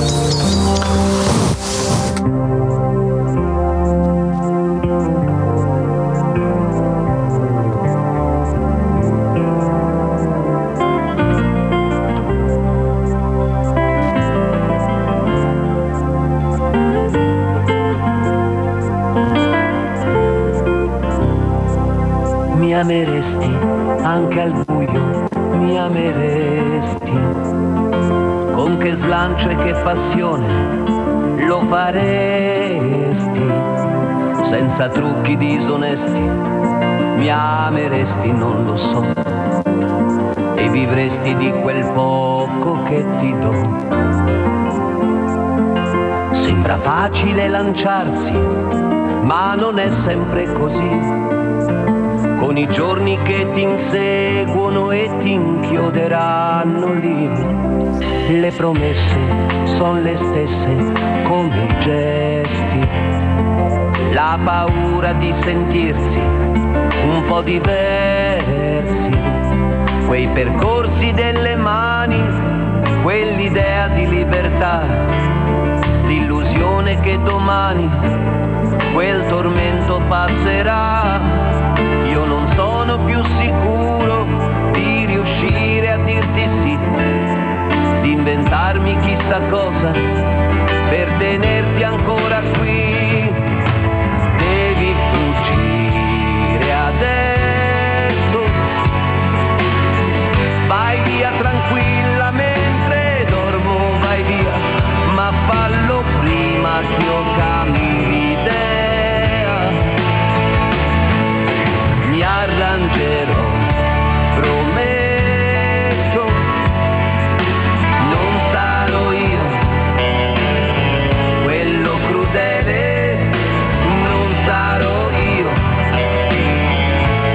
Mi ameresti anche al buio, mi ameresti. Con che slancio e che passione lo faresti, senza trucchi disonesti. Mi ameresti, non lo so, e vivresti di quel poco che ti do. Sembra facile lanciarsi, ma non è sempre così. Con i giorni che ti inseguono e ti inchioderanno lì. Le promesse son le stesse come i gesti. La paura di sentirsi un po' diversi. Quei percorsi delle mani, quell'idea di libertà. L'illusione che domani quel tormento passerà. Io non sono più sicuro di riuscire a dirti sì, di inventarmi chissà cosa per tenerti ancora qui. Devi fuggire adesso, vai via tranquilla mentre dormo, vai via, ma fallo prima che io cambi idea. Mi arrangerò, prometto, non sarò io quello crudele, non sarò io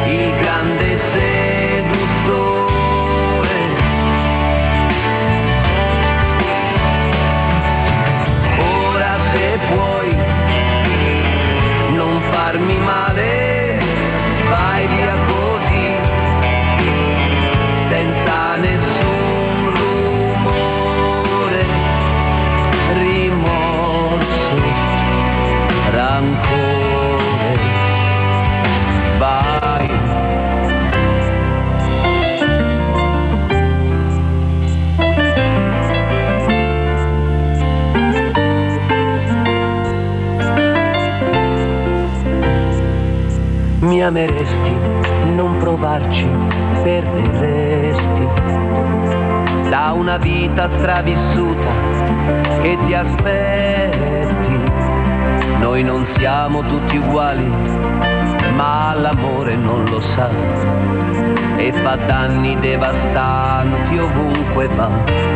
ameresti, non provarci, perderesti. Da una vita stravissuta che ti aspetti, noi non siamo tutti uguali, ma l'amore non lo sa e fa danni devastanti ovunque va.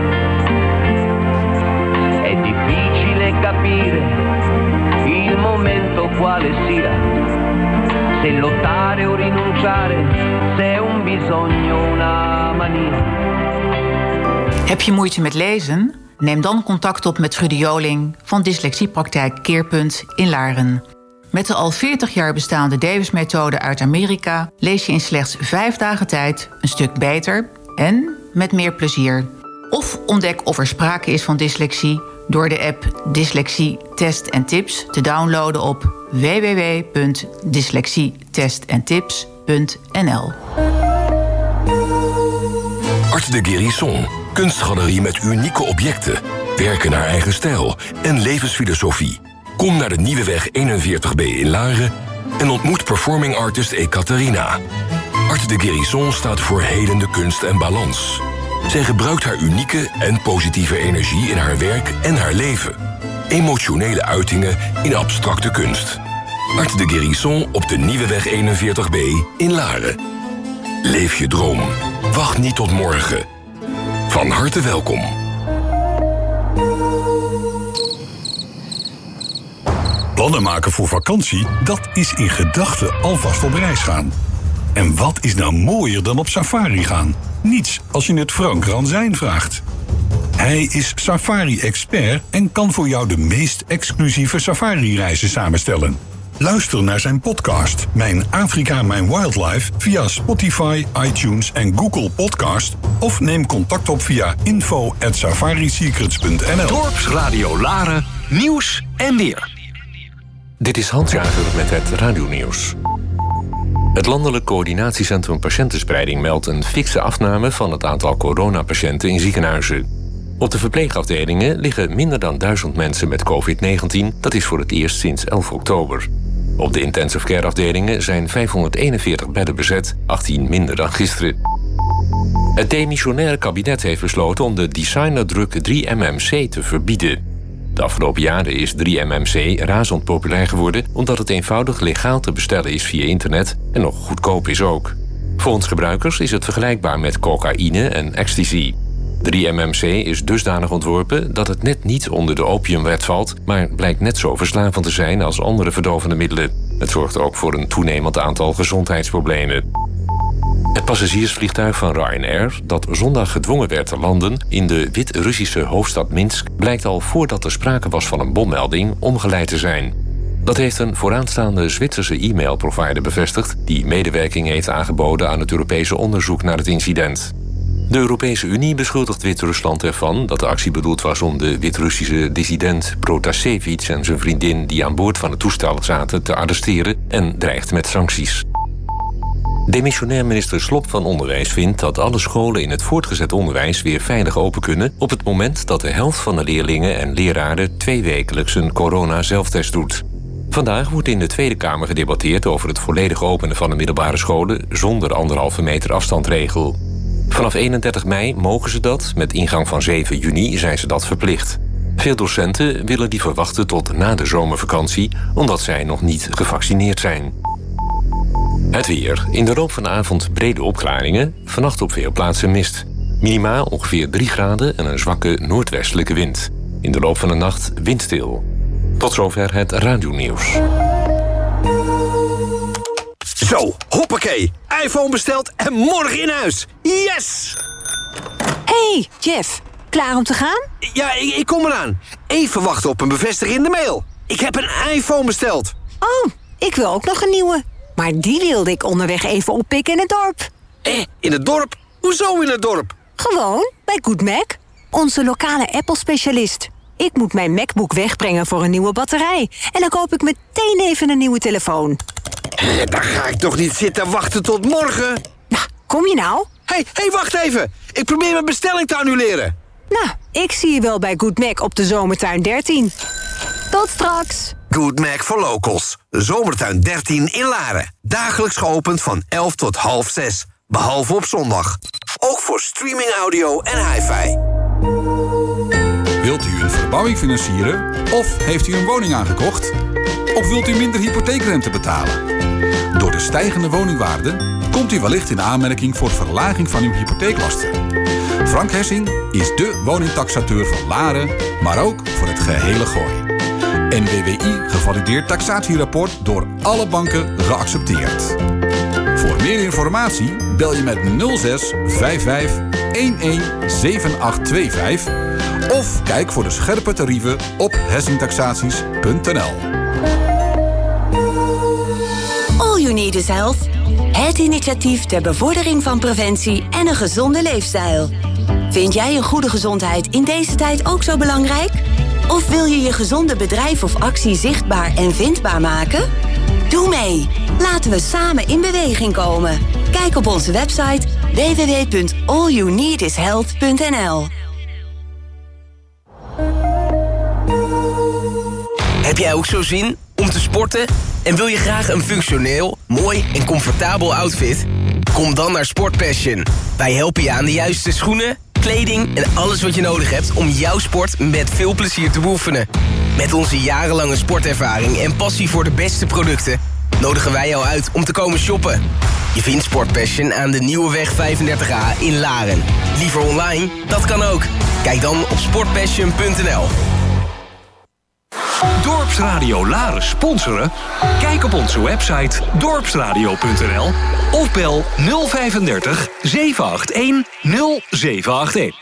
È difficile capire il momento quale sia, se lottare o rinunciare, se è un bisogno, una mania. Heb je moeite met lezen? Neem dan contact op met Trudy Joling van Dyslexiepraktijk Keerpunt in Laren. Met de al veertig jaar bestaande Davis-methode uit Amerika lees je in slechts vijf dagen tijd een stuk beter en met meer plezier. Of ontdek of er sprake is van dyslexie door de app Dyslexie Test en Tips te downloaden op w w w punt dyslexietest en tips punt n l. Art de Guérison, kunstgalerie met unieke objecten, werken naar eigen stijl en levensfilosofie. Kom naar de Nieuweweg eenenveertig B in Laren en ontmoet performing artist Ekaterina. Art de Guérison staat voor helende kunst en balans. Zij gebruikt haar unieke en positieve energie in haar werk en haar leven. Emotionele uitingen in abstracte kunst. Art de Guérison op de Nieuweweg eenenveertig B in Laren. Leef je droom. Wacht niet tot morgen. Van harte welkom. Plannen maken voor vakantie, dat is in gedachten alvast op reis gaan. En wat is nou mooier dan op safari gaan? Niets als je het Frank Ranzijn vraagt. Hij is safari-expert en kan voor jou de meest exclusieve safari-reizen samenstellen. Luister naar zijn podcast Mijn Afrika, Mijn Wildlife via Spotify, iTunes en Google Podcast of neem contact op via info at safarisecrets punt n l. Dorpsradio Laren, nieuws en weer. Dit is Hans Jager met het radionieuws. Het Landelijk Coördinatiecentrum Patiëntenspreiding meldt een fikse afname van het aantal coronapatiënten in ziekenhuizen. Op de verpleegafdelingen liggen minder dan duizend mensen met covid negentien. Dat is voor het eerst sinds elf oktober. Op de intensive care afdelingen zijn vijfhonderdeenenveertig bedden bezet, achttien minder dan gisteren. Het demissionaire kabinet heeft besloten om de designerdruk drie M M C te verbieden. De afgelopen jaren is drie M M C razend populair geworden omdat het eenvoudig legaal te bestellen is via internet en nog goedkoop is ook. Volgens gebruikers is het vergelijkbaar met cocaïne en ecstasy. drie M M C is dusdanig ontworpen dat het net niet onder de opiumwet valt, maar blijkt net zo verslavend te zijn als andere verdovende middelen. Het zorgt ook voor een toenemend aantal gezondheidsproblemen. Het passagiersvliegtuig van Ryanair, dat zondag gedwongen werd te landen in de Wit-Russische hoofdstad Minsk, blijkt al voordat er sprake was van een bommelding omgeleid te zijn. Dat heeft een vooraanstaande Zwitserse e-mailprovider bevestigd, die medewerking heeft aangeboden aan het Europese onderzoek naar het incident. De Europese Unie beschuldigt Wit-Rusland ervan dat de actie bedoeld was om de Wit-Russische dissident Protasevich en zijn vriendin die aan boord van het toestel zaten te arresteren en dreigt met sancties. Demissionair minister Slop van Onderwijs vindt dat alle scholen in het voortgezet onderwijs weer veilig open kunnen op het moment dat de helft van de leerlingen en leraren tweewekelijks een corona-zelftest doet. Vandaag wordt in de Tweede Kamer gedebatteerd over het volledig openen van de middelbare scholen zonder anderhalve meter afstandregel. Vanaf eenendertig mei mogen ze dat, met ingang van zeven juni zijn ze dat verplicht. Veel docenten willen die verwachten tot na de zomervakantie, omdat zij nog niet gevaccineerd zijn. Het weer. In de loop van de avond brede opklaringen, vannacht op veel plaatsen mist. Minima ongeveer drie graden en een zwakke noordwestelijke wind. In de loop van de nacht windstil. Tot zover het radionieuws. Zo, hoppakee. iPhone besteld en morgen in huis. Yes! Hey, Jeff. Klaar om te gaan? Ja, ik, ik kom eraan. Even wachten op een bevestiging in de mail. Ik heb een iPhone besteld. Oh, ik wil ook nog een nieuwe. Maar die wilde ik onderweg even oppikken in het dorp. Eh, in het dorp? Hoezo in het dorp? Gewoon, bij Good Mac. Onze lokale Apple-specialist. Ik moet mijn MacBook wegbrengen voor een nieuwe batterij. En dan koop ik meteen even een nieuwe telefoon. Eh, daar ga ik toch niet zitten wachten tot morgen? Nou, kom je nou? Hé, hey, hey, wacht even. Ik probeer mijn bestelling te annuleren. Nou, ik zie je wel bij Good Mac op de Zomertuin dertien. Tot straks. Good Mac for Locals. Zomertuin dertien in Laren. Dagelijks geopend van elf tot half zes. Behalve op zondag. Ook voor streaming audio en hi-fi. Wilt u een verbouwing financieren? Of heeft u een woning aangekocht? Of wilt u minder hypotheekrente betalen? Door de stijgende woningwaarde komt u wellicht in aanmerking voor verlaging van uw hypotheeklasten. Frank Hessing is de woningtaxateur van Laren, maar ook voor het gehele Gooi. N W W I gevalideerd taxatierapport door alle banken geaccepteerd. Voor meer informatie bel je met nul zes vijf vijf een een zeven acht twee vijf of kijk voor de scherpe tarieven op hessingtaxaties punt n l. All You Need Is Health. Het initiatief ter bevordering van preventie en een gezonde leefstijl. Vind jij een goede gezondheid in deze tijd ook zo belangrijk? Of wil je je gezonde bedrijf of actie zichtbaar en vindbaar maken? Doe mee. Laten we samen in beweging komen. Kijk op onze website w w w punt all you need is health punt n l. Heb jij ook zo zin om te sporten? En wil je graag een functioneel, mooi en comfortabel outfit? Kom dan naar Sport Passion. Wij helpen je aan de juiste schoenen, kleding en alles wat je nodig hebt om jouw sport met veel plezier te beoefenen. Met onze jarenlange sportervaring en passie voor de beste producten nodigen wij jou uit om te komen shoppen. Je vindt Sport Passion aan de Nieuweweg vijfendertig A in Laren. Liever online? Dat kan ook. Kijk dan op sportpassion punt n l. Dorpsradio Laren sponsoren? Kijk op onze website dorpsradio punt n l of bel nul vijfendertig zeven acht een nul zeven acht een.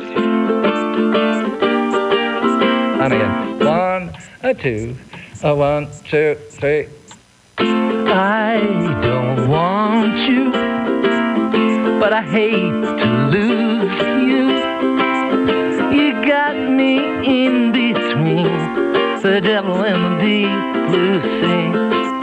And again. One, a two, a one, two, three. I don't want you, but I hate to lose you. You got me in between the devil and the deep blue sea.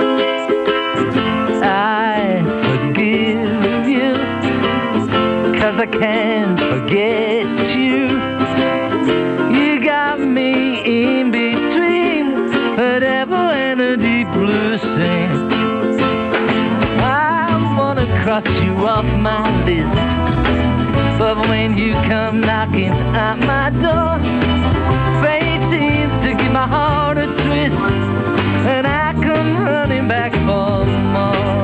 I forgive you, 'cause I can't forget you. You got me in between the devil and the deep blue sea. I wanna cross you off my list, but when you come knocking at my door, fate seems to give my heart a twist, and I come running back for more.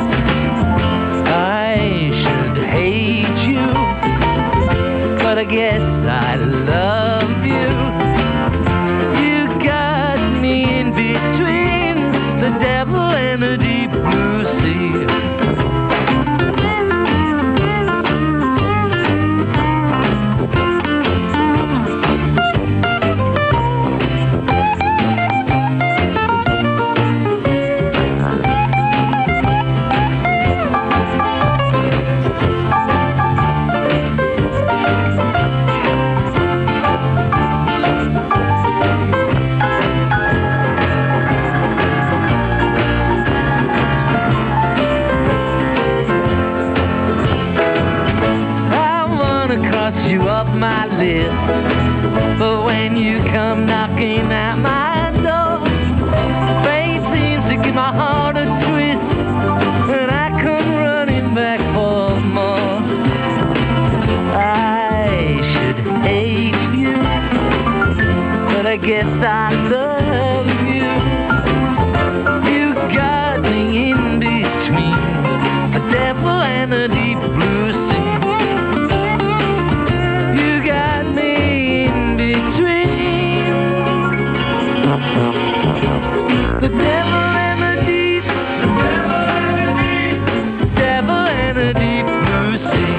I should hate you, but I guess I love you. You got me in between the devil and the deep blue sea. You off my list, but when you come knocking at my door, fate seems to give my heart a twist, and I come running back for more. I should hate you, but I guess I love you. You got me in between the devil and the deep blue sea. The devil and the deep, the devil and the deep, the devil and the deep blue sea.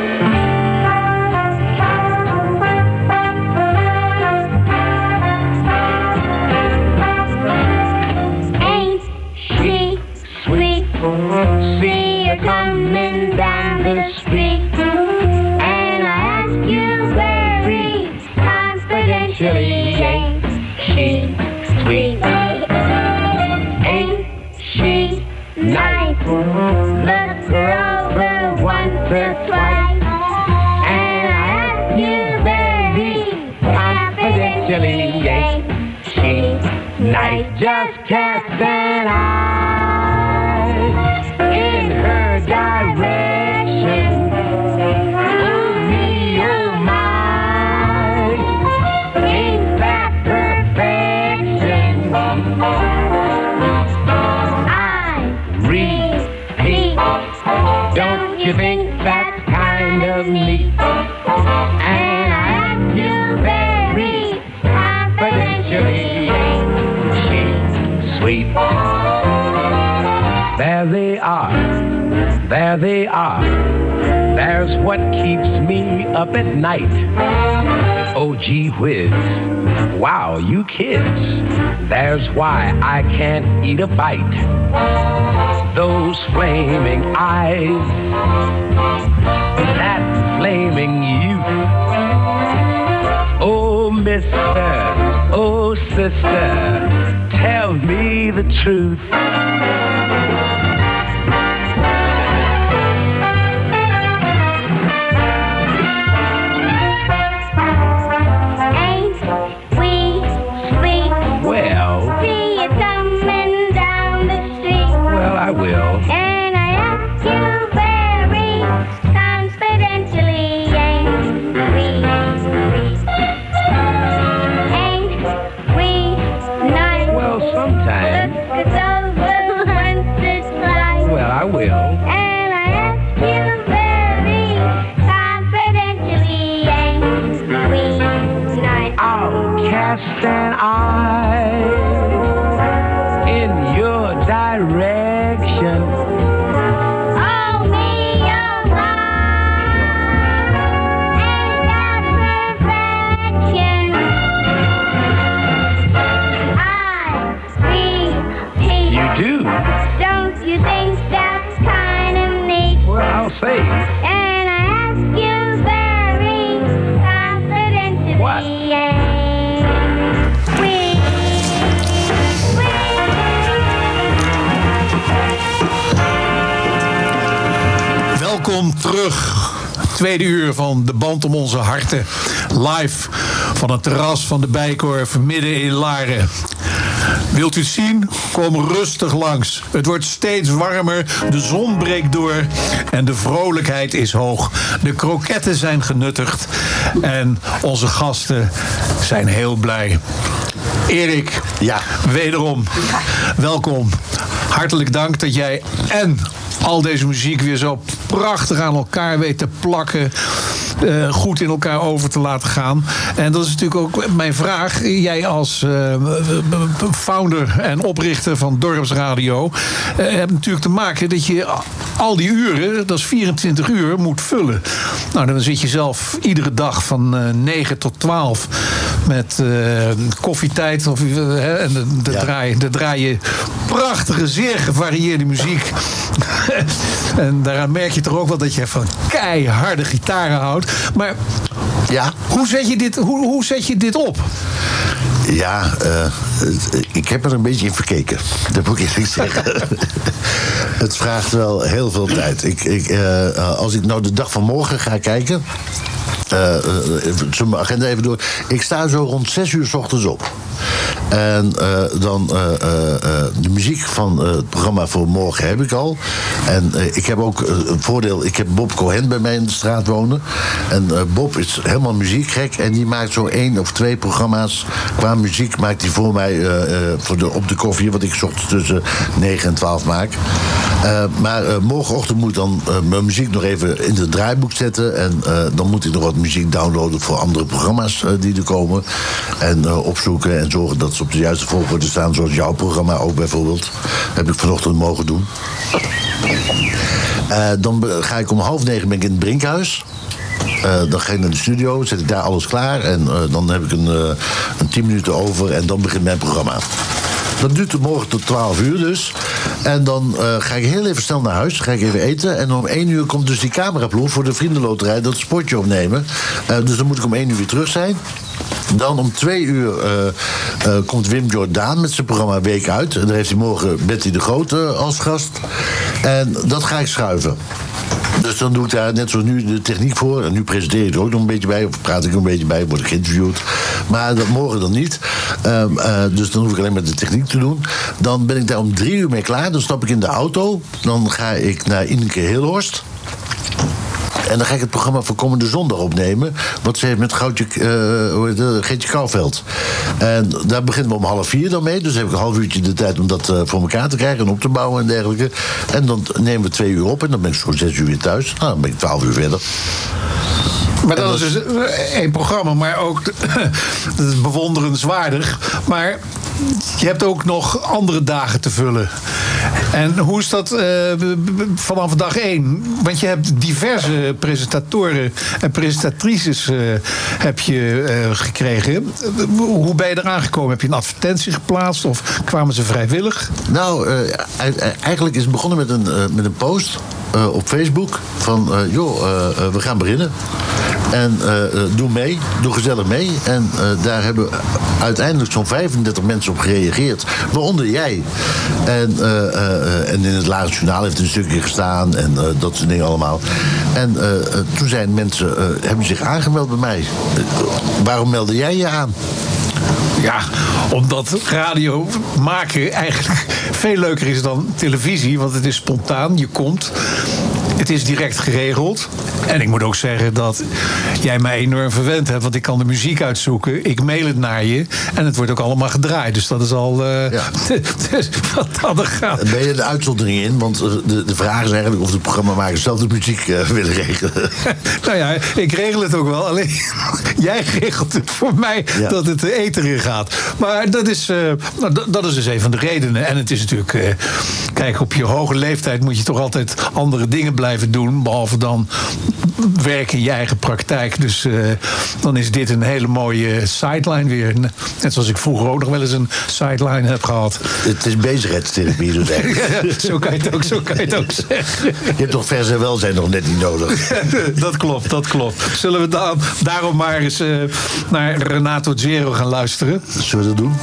Ain't she sweet? See her coming down the street, and I ask you very confidentially, ain't she sweet? Ain't she nice? Look her over once or twice, and I ask you very confidentially, ain't she nice? night, just cast an eye in her direction. Oh me, oh my, ain't that perfection? I repeat, don't you think that's kind of neat? And I ask you very confidentially, ain't she sweet? There they are, there they are. There's what keeps me up at night. Oh gee whiz, wow you kids. There's why I can't eat a bite. Those flaming eyes, that flaming youth. Oh mister, oh sister, tell me the truth. Ain't we sweet? Well, See you coming down the street. well I will. And I ask you very confidentially, ain't we sweet? Ain't we nice? Well, sometime. Look us over once or twice. Well, I will. And I ask you very confidentially, ain't we nice? I'll cast an eye in your direction. Oh me, oh my, ain't that perfection? I repeat, You do? don't you think that's kind of neat? Well, I'll say. And I ask you very confidentially, What? ain't we? Welkom terug. Tweede uur van De Band om onze harten. Live van het terras van de Bijenkorf midden in Laren. Wilt u het zien? Kom rustig langs. Het wordt steeds warmer, de zon breekt door en de vrolijkheid is hoog. De kroketten zijn genuttigd en onze gasten zijn heel blij. Erik, ja. Wederom, welkom. Hartelijk dank dat jij en al deze muziek weer zo prachtig aan elkaar weet te plakken. Uh, goed in elkaar over te laten gaan. En dat is natuurlijk ook mijn vraag. Jij als uh, founder en oprichter van Dorpsradio uh, hebt natuurlijk te maken dat je al die uren, dat is vierentwintig uur, moet vullen. Nou, dan zit je zelf iedere dag van uh, negen tot twaalf met uh, koffietijd. Of, uh, en de, de, ja. draai, de draai je prachtige, zeer gevarieerde muziek. En daaraan merk je toch ook wel dat je van keiharde gitaren houdt. Maar ja. hoe, zet je dit, hoe, hoe zet je dit op? Ja, uh, ik heb er een beetje in verkeken. Dat moet ik eerlijk zeggen. Het vraagt wel heel veel tijd. Ik, ik, uh, als ik nou de dag van morgen ga kijken. Uh, uh, zullen mijn agenda even door. Ik sta zo rond zes uur 's ochtends op. En uh, dan uh, uh, de muziek van uh, het programma voor morgen heb ik al. En uh, ik heb ook uh, een voordeel. Ik heb Bob Cohen bij mij in de straat wonen. En uh, Bob is helemaal muziekgek. En die maakt zo één of twee programma's qua muziek maakt hij voor mij uh, uh, voor de, op de koffie. Wat ik 's ochtends tussen negen en twaalf maak. Uh, maar uh, morgenochtend moet ik dan uh, mijn muziek nog even in het draaiboek zetten. En uh, dan moet ik nog wat muziek downloaden voor andere programma's uh, die er komen. En uh, opzoeken en zorgen dat ze op de juiste volgorde staan. Zoals jouw programma ook bijvoorbeeld. Heb ik vanochtend mogen doen. Uh, dan ga ik om half negen ben ik in het Brinkhuis. Uh, dan ga ik naar de studio, zet ik daar alles klaar. En uh, dan heb ik een, uh, een tien minuten over en dan begint mijn programma. Dat duurt tot morgen tot twaalf uur dus. En dan uh, ga ik heel even snel naar huis. Ga ik even eten. En om één uur komt dus die cameraploeg voor de Vriendenloterij dat spotje opnemen. Uh, dus dan moet ik om één uur weer terug zijn. Dan om twee uur uh, uh, komt Wim Jordaan met zijn programma Week Uit. En daar heeft hij morgen Betty de Groot uh, als gast. En dat ga ik schuiven. Dus dan doe ik daar net zoals nu de techniek voor. En nu presenteer ik er ook nog een beetje bij. Of praat ik er een beetje bij, word ik geïnterviewd. Maar dat morgen dan niet. Um, uh, dus dan hoef ik alleen maar de techniek te doen. Dan ben ik daar om drie uur mee klaar. Dan stap ik in de auto. Dan ga ik naar Ineke Hilhorst. En dan ga ik het programma voor komende zondag opnemen. Wat ze heeft met Goudje, uh, hoe heet het, Geetje Kouwveld. En daar beginnen we om half vier dan mee. Dus heb ik een half uurtje de tijd om dat uh, voor elkaar te krijgen en op te bouwen en dergelijke. En dan nemen we twee uur op en dan ben ik zo'n zes uur weer thuis. Nou, dan ben ik twaalf uur verder. Maar dat is dus één programma, maar ook dat is bewonderenswaardig. Maar je hebt ook nog andere dagen te vullen. En hoe is dat uh, vanaf dag één? Want je hebt diverse presentatoren en presentatrices uh, heb je uh, gekregen. Hoe ben je eraan gekomen? Heb je een advertentie geplaatst of kwamen ze vrijwillig? Nou, uh, eigenlijk is het begonnen met een, uh, met een post uh, op Facebook van uh, joh, uh, uh, we gaan beginnen. En uh, doe mee, doe gezellig mee. En uh, daar hebben uiteindelijk zo'n vijfendertig mensen op gereageerd. Waaronder jij. En, uh, uh, en in het Laren Journaal heeft een stukje gestaan. En uh, dat soort dingen allemaal. En uh, uh, toen zijn mensen, uh, hebben zich aangemeld bij mij. Uh, waarom meldde jij je aan? Ja, omdat radio maken eigenlijk veel leuker is dan televisie. Want het is spontaan, je komt. Het is direct geregeld. En ik moet ook zeggen dat jij mij enorm verwend hebt. Want ik kan de muziek uitzoeken. Ik mail het naar je. En het wordt ook allemaal gedraaid. Dus dat is al uh, ja. dus wat dan gaat. Ben je de uitzondering in? Want de, de vraag is eigenlijk of de programmamakers zelf de muziek uh, willen regelen. Nou ja, ik regel het ook wel. Alleen jij regelt het voor mij ja. dat het de ether in gaat. Maar dat is, uh, nou, dat, dat is dus een van de redenen. En het is natuurlijk... Uh, kijk, op je hoge leeftijd moet je toch altijd andere dingen blijven doen. Behalve dan werken in je eigen praktijk. Dus uh, dan is dit een hele mooie sideline weer. Net zoals ik vroeger ook nog wel eens een sideline heb gehad. Het is bezigheidstherapie, zo denk ik. Ja, zo kan je het ook, zo kan je het ook zeggen. Je hebt toch vers en welzijn nog net niet nodig. Dat klopt, dat klopt. Zullen we da- daarom maar eens uh, naar Renato Zero gaan luisteren? Zullen we dat doen?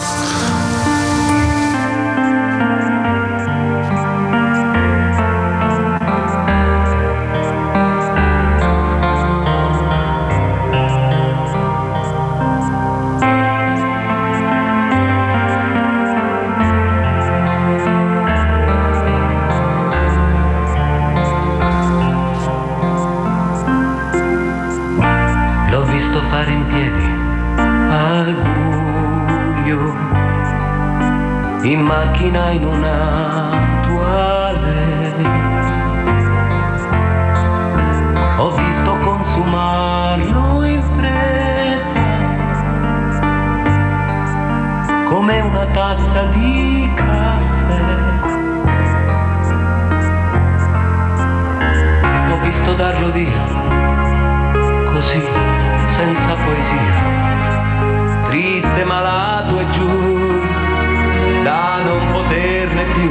in macchina in una toile. Ho visto consumarlo in fretta come una tazza di caffè. Ho visto darlo via così, senza poesia, triste, malato e giù da non poterne più,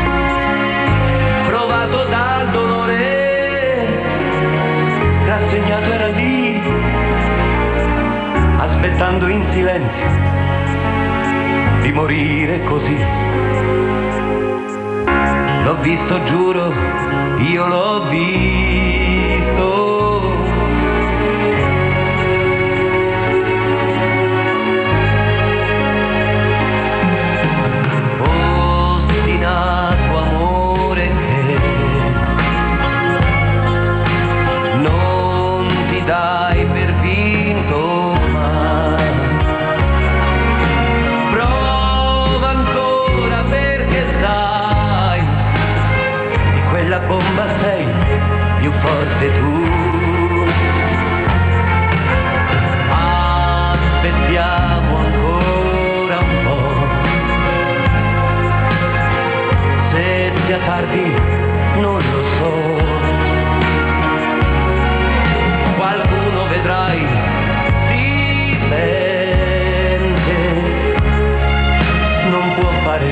provato dal dolore, rassegnato era lì, aspettando in silenzio di morire così. L'ho visto, giuro, io l'ho visto. Dai per vinto mai, prova ancora perché sai, di quella bomba sei più forte tu. Aspettiamo ancora un po', se sia tardi non lo so. Qualcuno vedrai si sente, non può fare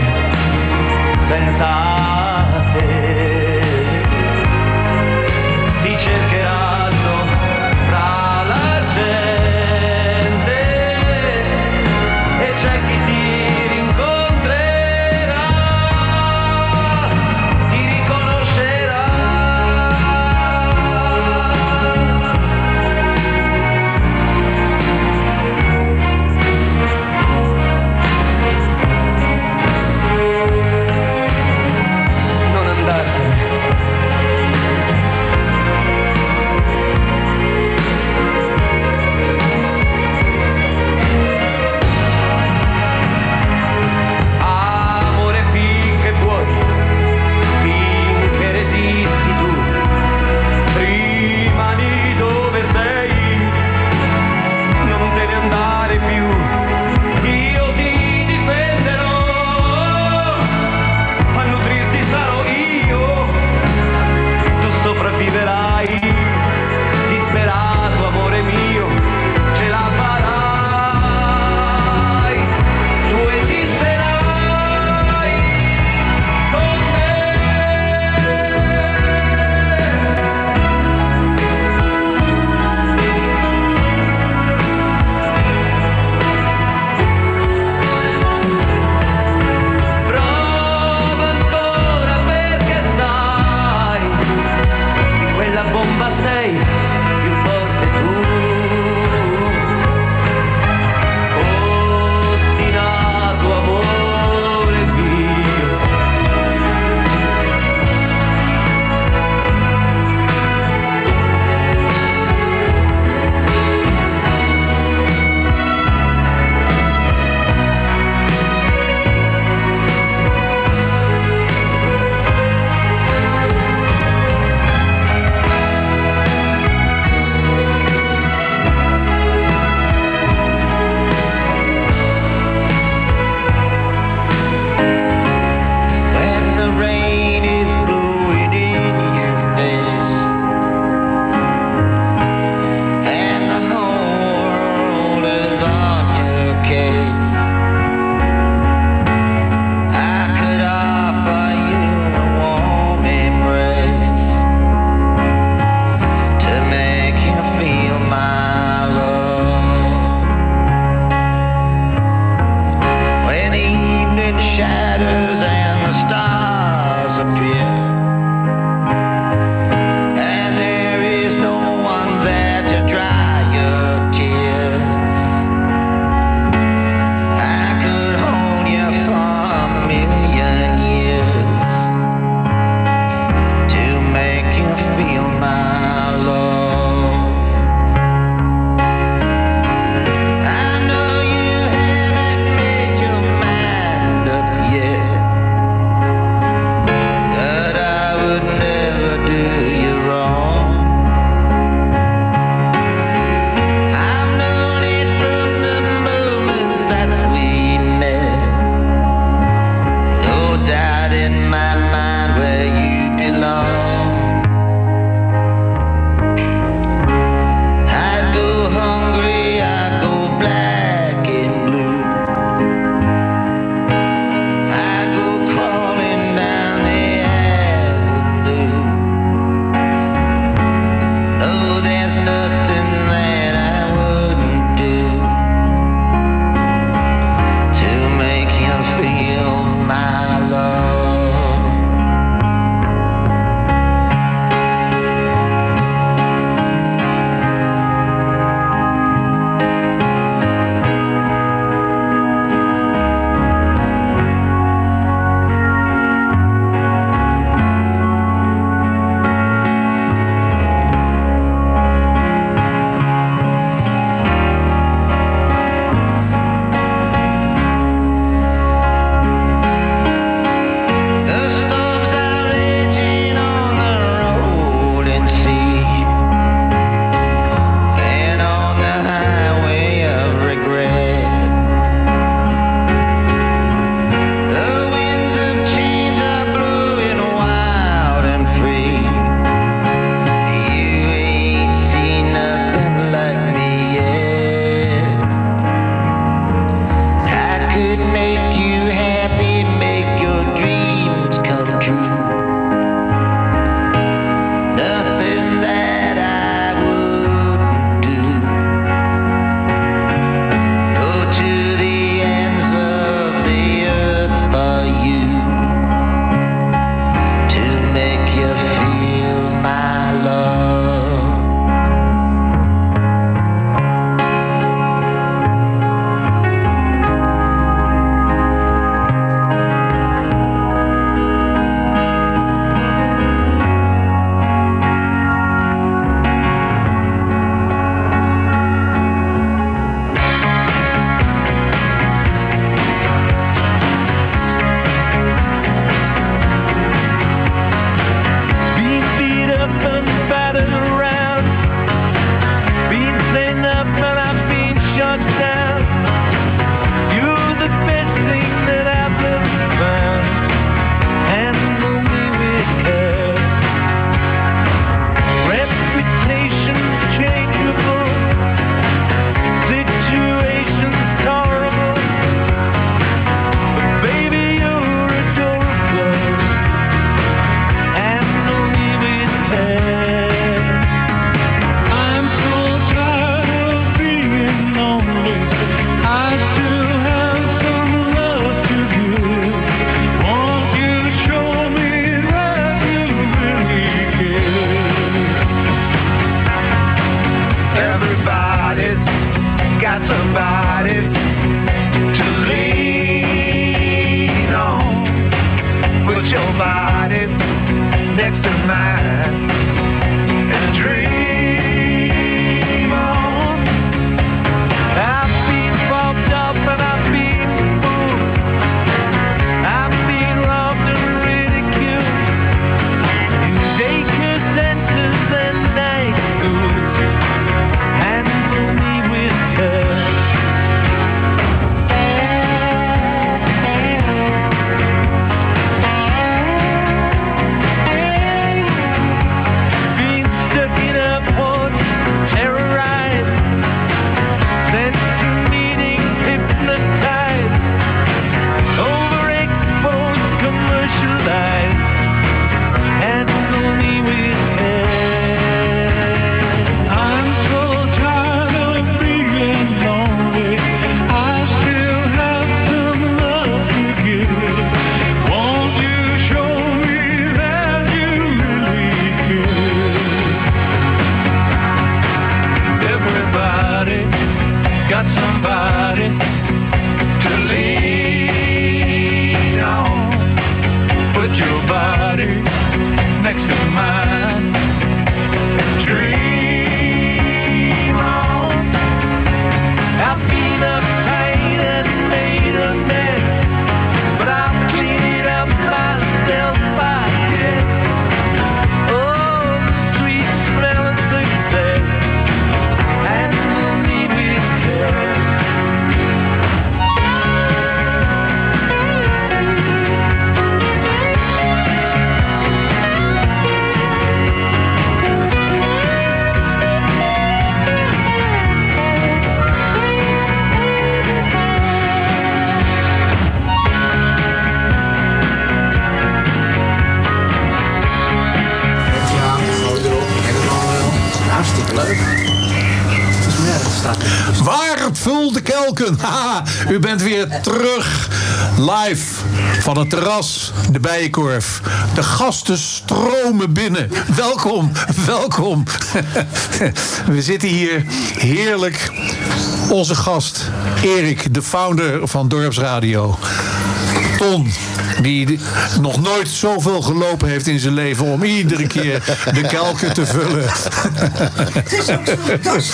senza te, ti cercherà vul de kelken. Haha, u bent weer terug. Live van het terras, de Bijenkorf. De gasten stromen binnen. Welkom, welkom. We zitten hier heerlijk. Onze gast, Erik, de founder van Dorpsradio. Ton, die nog nooit zoveel gelopen heeft in zijn leven om iedere keer de kelken te vullen. Het is ook zo'n tas.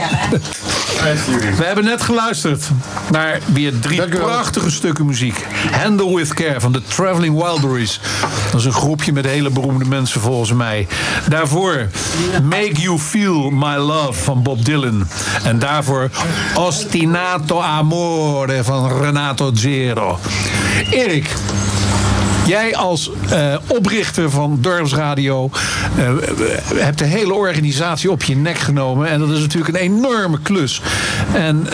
We hebben net geluisterd naar weer drie prachtige stukken muziek. Handle with Care van de Traveling Wilburys. Dat is een groepje met hele beroemde mensen volgens mij. Daarvoor Make You Feel My Love van Bob Dylan. En daarvoor Ostinato Amore van Renato Zero. Erik, jij als uh, oprichter van Dorpsradio uh, hebt de hele organisatie op je nek genomen. En dat is natuurlijk een enorme klus. En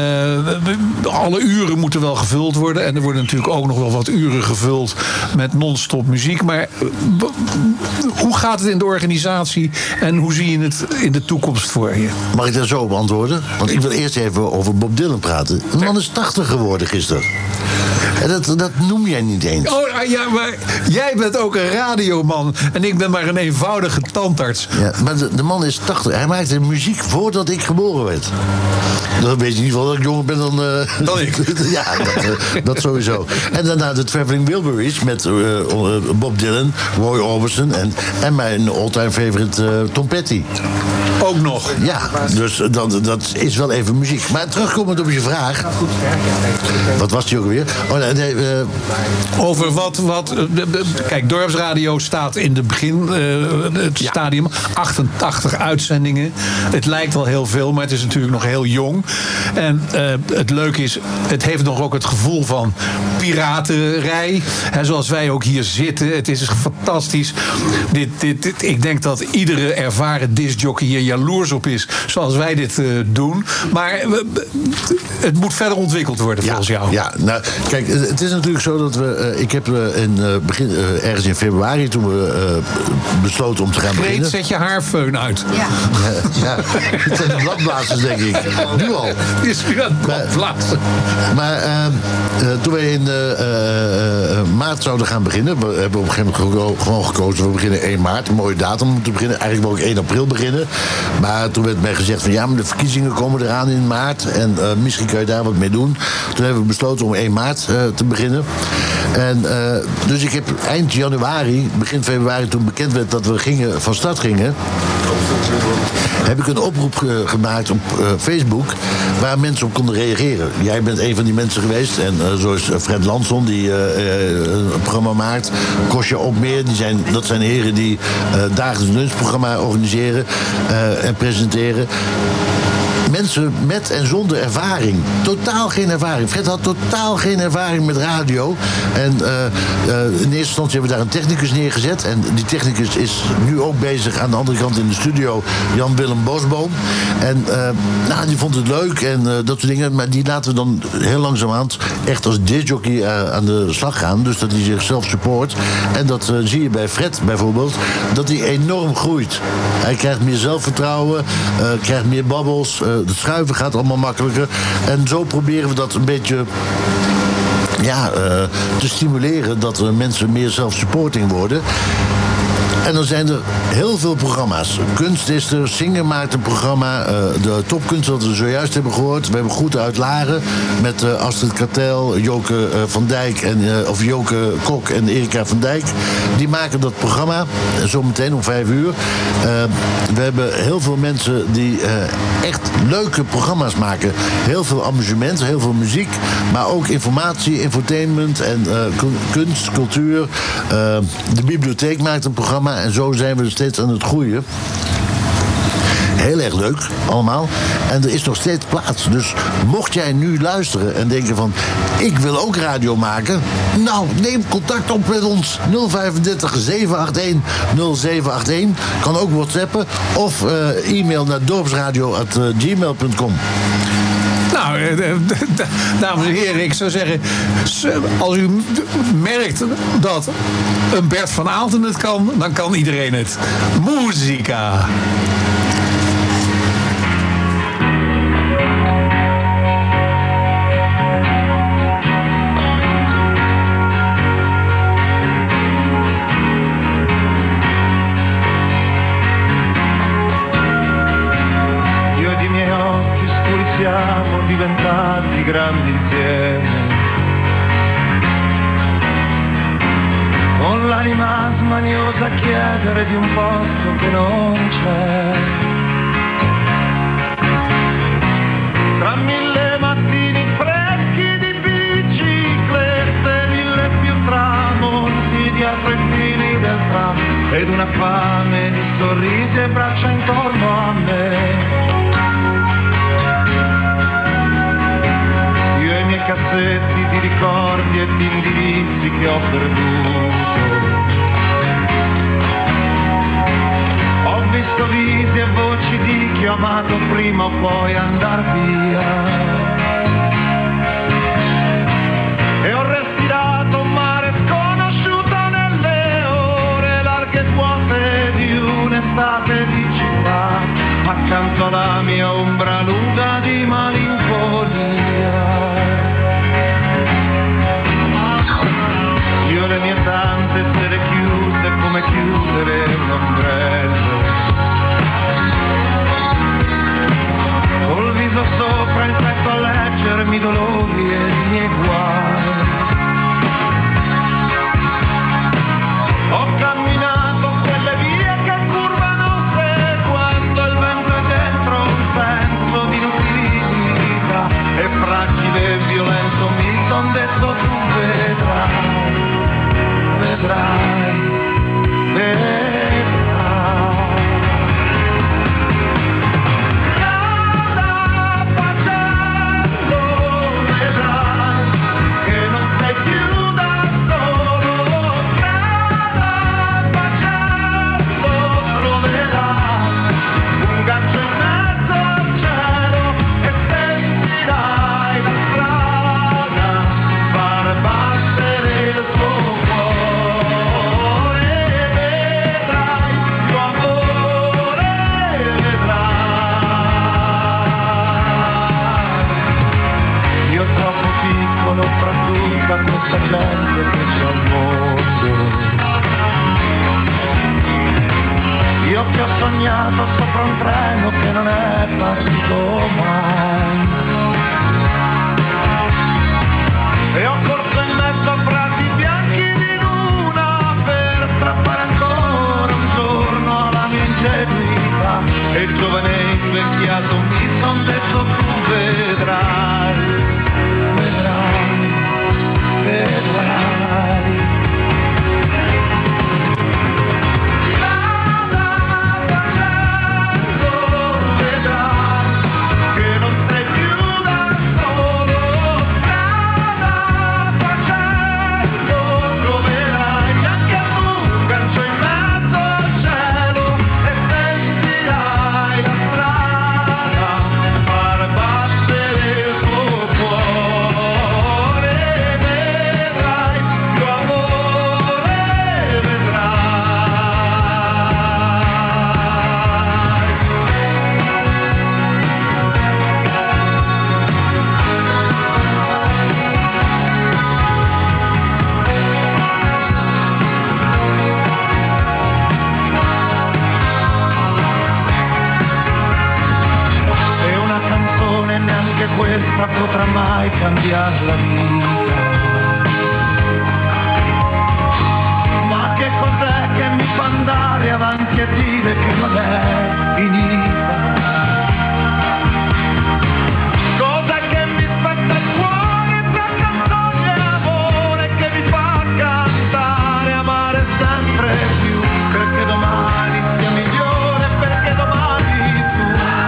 uh, alle uren moeten wel gevuld worden. En er worden natuurlijk ook nog wel wat uren gevuld met non-stop muziek. Maar uh, hoe gaat het in de organisatie en hoe zie je het in de toekomst voor je? Mag ik daar zo op antwoorden? Want ik wil eerst even over Bob Dylan praten. De man is tachtig geworden gisteren. En dat, dat noem jij niet eens. Oh ja, maar jij bent ook een radioman. En ik ben maar een eenvoudige tandarts. Ja, maar de, de man is tachtig. Hij maakte muziek voordat ik geboren werd. Dan weet je in ieder geval dat ik jonger ben dan... Uh, dan ik. Ja, dat, uh, dat sowieso. En daarna de Traveling Wilburys met uh, uh, Bob Dylan, Roy Orbison en, en mijn all-time favorite uh, Tom Petty. Ook nog. Ja, dus dat, dat is wel even muziek. Maar terugkomend op je vraag. Wat was die ook weer? Oh, nee, nee, uh, Over wat, wat... Kijk, Dorpsradio staat in het begin, uh, het stadium. achtentachtig uitzendingen. Het lijkt wel heel veel, maar het is natuurlijk nog heel jong. En uh, het leuke is, het heeft nog ook het gevoel van piraterij. Hè, zoals wij ook hier zitten. Het is fantastisch. Dit, dit, dit, ik denk dat iedere ervaren discjockey hier jaloers op is, zoals wij dit uh, doen. Maar uh, het moet verder ontwikkeld worden, volgens ja, jou. Ja, nou, kijk, het is natuurlijk zo dat we... Uh, ik heb uh, in, uh, begin, uh, ergens in februari, toen we uh, besloten om te gaan Greet, beginnen... zet je haarfeun uit. Ja. Ja, ja. Het zijn de bladblazers, denk ik. Nu al. Is nu aan het bladblazen. Maar uh, uh, toen wij in uh, uh, maart zouden gaan beginnen... we hebben op een gegeven moment gewoon gekozen... we beginnen één maart, een mooie datum om te beginnen. Eigenlijk wou ik één april beginnen. Maar toen werd mij gezegd van... ja, maar de verkiezingen komen eraan in maart... en uh, misschien kan je daar wat mee doen. Toen hebben we besloten om één maart uh, te beginnen. En, uh, dus ik heb eind januari, begin februari... toen bekend werd dat we gingen, van start gingen... heb ik een oproep ge- gemaakt op uh, Facebook... waar mensen op konden reageren. Jij bent een van die mensen geweest. En uh, zo is Fred Lanson, die uh, uh, een programma maakt. Kostja Opmeer, die zijn, dat zijn heren die uh, dagelijks lunchprogramma organiseren uh, en presenteren. Mensen met en zonder ervaring. Totaal geen ervaring. Fred had totaal geen ervaring met radio. En uh, uh, in eerste instantie hebben we daar een technicus neergezet. En die technicus is nu ook bezig aan de andere kant in de studio. Jan-Willem Bosboom. En uh, nou, die vond het leuk en uh, dat soort dingen. Maar die laten we dan heel langzamerhand echt als discjockey uh, aan de slag gaan. Dus dat hij zichzelf support. En dat uh, zie je bij Fred bijvoorbeeld. Dat hij enorm groeit. Hij krijgt meer zelfvertrouwen. Uh, krijgt meer babbels. Uh, het schuiven gaat allemaal makkelijker. En zo proberen we dat een beetje... ja, uh, te stimuleren dat er mensen meer zelfsupporting worden. En dan zijn er heel veel programma's. Kunst is er, Zingen maakt een programma. Uh, de Topkunst, wat we zojuist hebben gehoord. We hebben Goed uit Laren met uh, Astrid Kartel, Joke uh, van Dijk... En, uh, of Joke Kok en Erika van Dijk. Die maken dat programma, uh, zometeen om vijf uur. Uh, we hebben heel veel mensen die uh, echt leuke programma's maken. Heel veel amusement, heel veel muziek. Maar ook informatie, infotainment en uh, kunst, cultuur. Uh, de bibliotheek maakt een programma. En zo zijn we steeds aan het groeien. Heel erg leuk, allemaal. En er is nog steeds plaats. Dus mocht jij nu luisteren en denken van... ik wil ook radio maken... nou, neem contact op met ons. nul vijfendertig zeven acht een nul zeven acht een. Kan ook whatsappen. Of uh, e-mail naar dorpsradio at gmail punt com. Nou, dames en heren, ik zou zeggen... als u merkt dat een Bert van Aalten het kan... dan kan iedereen het. Muzika. chiedere di un posto che non c'è. Tra mille mattini freschi di biciclette, mille più tramonti dietro i fili del tram, ed una fame di sorrisi e braccia intorno a me. Io e i miei cassetti di ricordi e di indirizzi che ho perduto. Ho visto visi e voci di chi ho amato prima o poi andar via. E ho respirato un mare sconosciuto nelle ore larghe e vuote di un'estate di città, accanto alla mia ombra lunga di malinconia. Io le mie tante sere chiuse come chiudere un ombrello, col viso sopra il petto a leggermi i dolori e i miei guai. Ho camminato quelle vie che curvano seguendo il vento e dentro un senso di inutilità, e fragile e violento mi son detto tu vedrai, vedrai, vedrai. Questa gente che c'è al mondo, io che ho sognato sopra un treno che non è partito mai, e ho corso in mezzo a prati bianchi di luna per strappare ancora un giorno alla mia ingenuità, e il giovane invecchiato mi son detto tu vedrai, vedrai, vedrai. Questa potrà mai cambiare la vita, ma che cos'è che mi fa andare avanti a dire che non è finita? Cos'è che mi spezza il cuore tra canzoni e amore, che mi fa cantare, amare sempre più, perché domani sia migliore, perché domani tu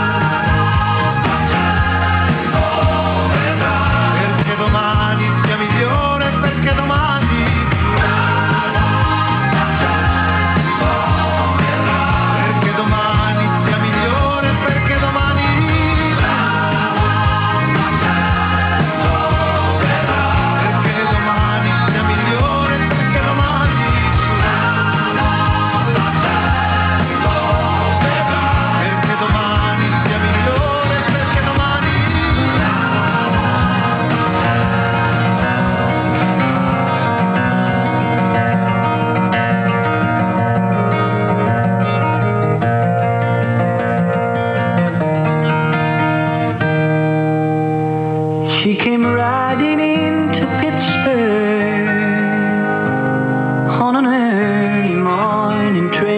domani sia migliore, perché domani perché domani sia migliore, perché domani perché domani sia migliore, perché domani perché domani sia migliore, perché domani she came riding into Pittsburgh on an early morning train.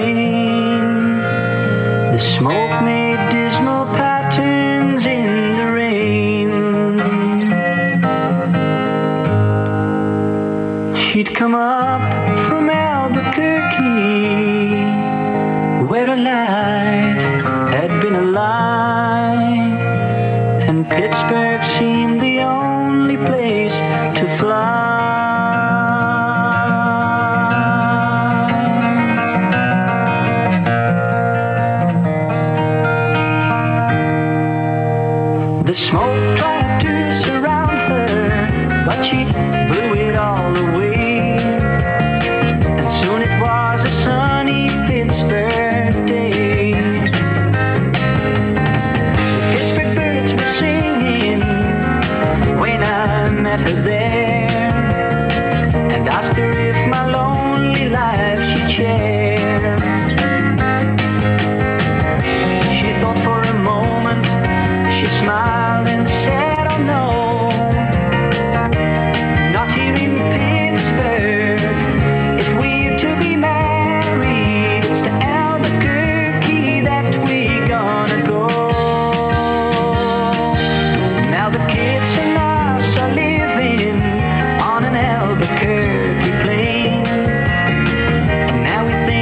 come up from Albuquerque, where a life had been alive, and Pittsburgh seemed the only place to fly. The smoke tried to surround her, but she blew it all away. And soon it was a sunny Pittsburgh day. The Pittsburgh birds were singing when I met her there, and asked her if my lonely life she'd share. She thought for a moment, she smiled and said, oh no, not here in Pittsburgh. If we're to be married, it's to Albuquerque that we're gonna go. Now the kids and us are living on an Albuquerque plain, and now we think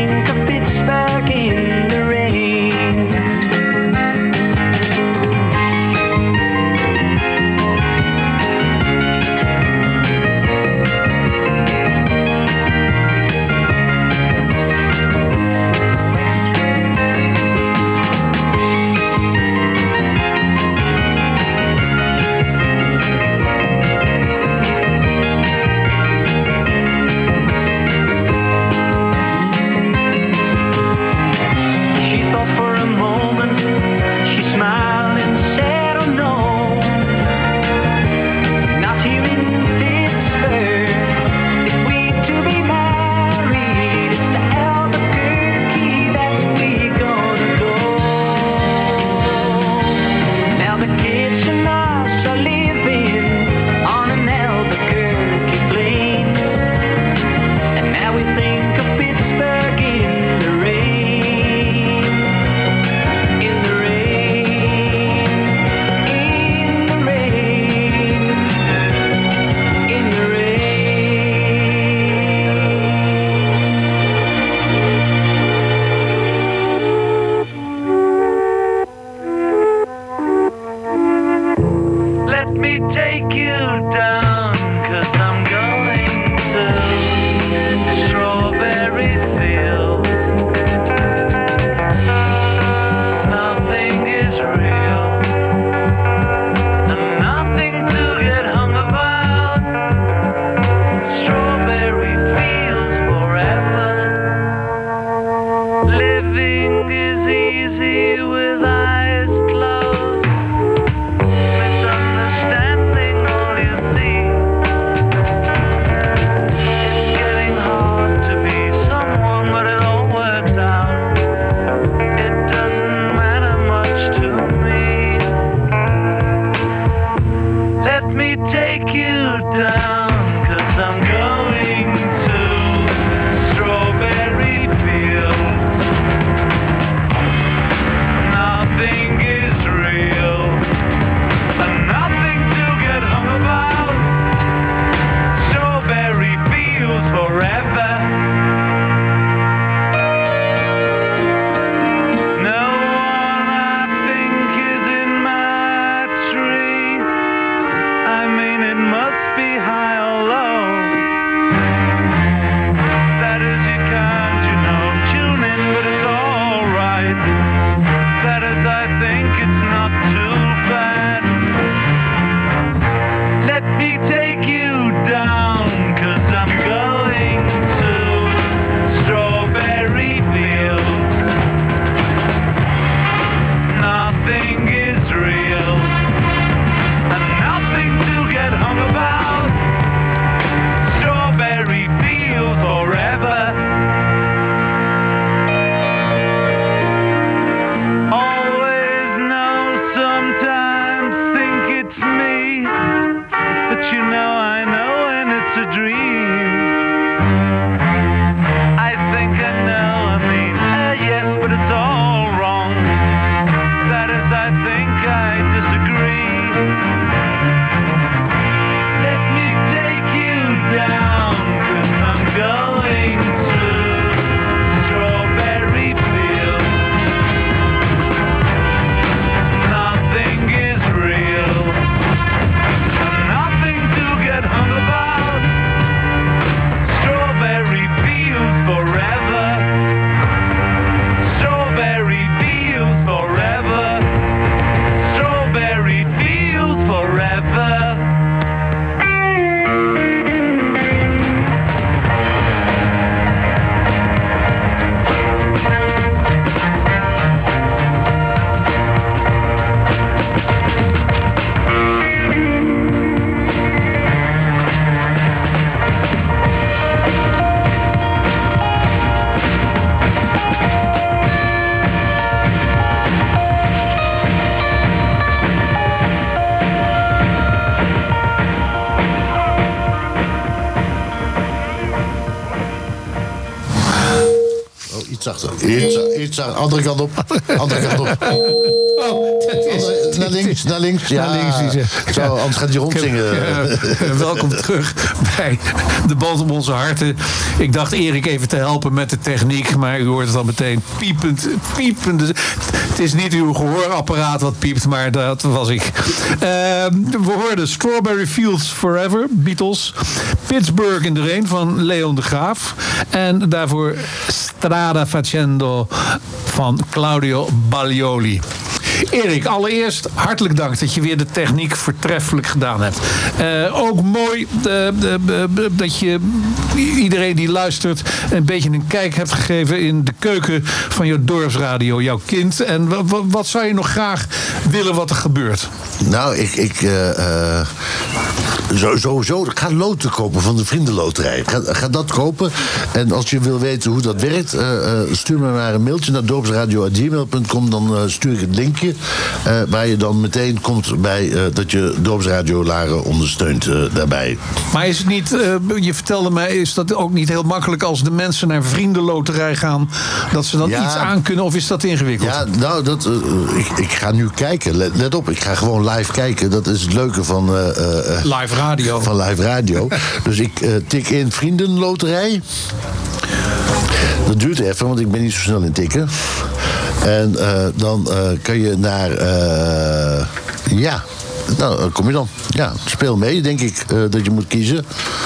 Iets zachter. Iets, iets zachter. Andere kant op. Andere kant op. Oh, dat is, Andere, naar links, naar links. Ja, naar links is, zo, ja. anders gaat hij rondzingen. Uh, welkom terug bij de band om onze harten. Ik dacht Erik even te helpen met de techniek, maar u hoort het al meteen piepend, piepend. Het is niet uw gehoorapparaat wat piept, maar dat was ik. Uh, we hoorden Strawberry Fields Forever, Beatles. Pittsburgh in de Rain van Leon de Graaf. En daarvoor Strada Facendo van Claudio Baglioli. Erik, allereerst hartelijk dank dat je weer de techniek voortreffelijk gedaan hebt. Uh, ook mooi uh, uh, uh, dat je iedereen die luistert een beetje een kijk hebt gegeven in de keuken van jouw dorpsradio, jouw kind. En w- w- wat zou je nog graag willen wat er gebeurt? Nou, ik... ik uh, uh, zo, sowieso, ga loten kopen van de Vriendenloterij. Ga, ga dat kopen. En als je wil weten hoe dat werkt, uh, uh, stuur me maar een mailtje naar dorpsradio apenstaartje gmail punt com. Dan uh, stuur ik het linkje. Uh, waar je dan meteen komt bij uh, dat je Dorpsradio Laren ondersteunt uh, daarbij. Maar is het niet, uh, je vertelde mij, is dat ook niet heel makkelijk als de mensen naar Vriendenloterij gaan, dat ze dan ja, iets aan kunnen, of is dat ingewikkeld? Ja, nou, dat, uh, ik, ik ga nu kijken. Let, let op, ik ga gewoon live kijken. Dat is het leuke van... Uh, uh, live radio. Van live radio. Dus ik uh, tik in Vriendenloterij. Dat duurt even, want ik ben niet zo snel in tikken. En uh, dan uh, kan je naar... Uh, ja, nou, kom je dan. Ja, speel mee, denk ik, uh, dat je moet kiezen.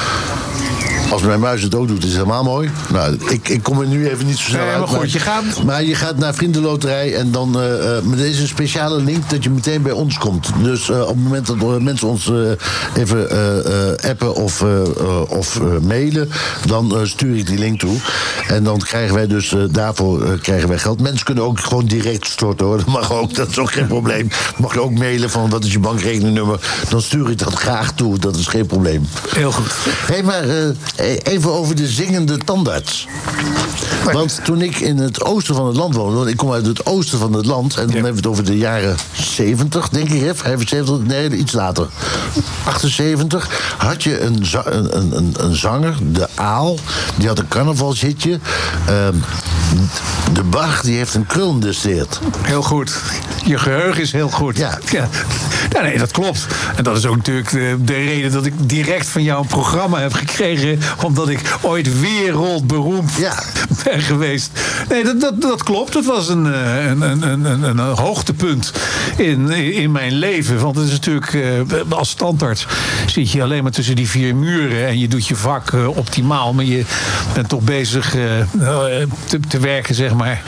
Als mijn muis het ook doet, is het helemaal mooi. Nou, ik, ik kom er nu even niet zo snel nee, uit. Maar, goed, maar, je gaat... maar je gaat naar Vriendenloterij en dan... Uh, met deze speciale link dat je meteen bij ons komt. Dus uh, op het moment dat uh, mensen ons uh, even uh, uh, appen of, uh, uh, of uh, mailen... dan uh, stuur ik die link toe. En dan krijgen wij dus uh, daarvoor uh, krijgen wij geld. Mensen kunnen ook gewoon direct storten, hoor. Dat mag ook, dat is ook geen probleem. Mag je ook mailen van wat is je bankrekeningnummer. Dan stuur ik dat graag toe, dat is geen probleem. Heel goed. Hé, hey, maar... Uh, even over de zingende tandarts. Want toen ik in het oosten van het land woonde... want ik kom uit het oosten van het land... en dan ja. hebben we het over de jaren zeventig, denk ik, hè? vijfenzeventig, nee, iets later. achtenzeventig had je een, een, een, een zanger, de Aal... die had een carnavalshitje. Uh, de Bach, die heeft een krulendesteerd. Heel goed. Je geheugen is heel goed. Ja. ja. Ja, nee, dat klopt. En dat is ook natuurlijk de, de reden dat ik direct van jou een programma heb gekregen... omdat ik ooit wereldberoemd ja. ben geweest. Nee, dat, dat, dat klopt. Dat was een, een, een, een, een hoogtepunt in, in mijn leven. Want het is natuurlijk, als tandarts zit je alleen maar tussen die vier muren... en je doet je vak optimaal, maar je bent toch bezig te, te werken, zeg maar...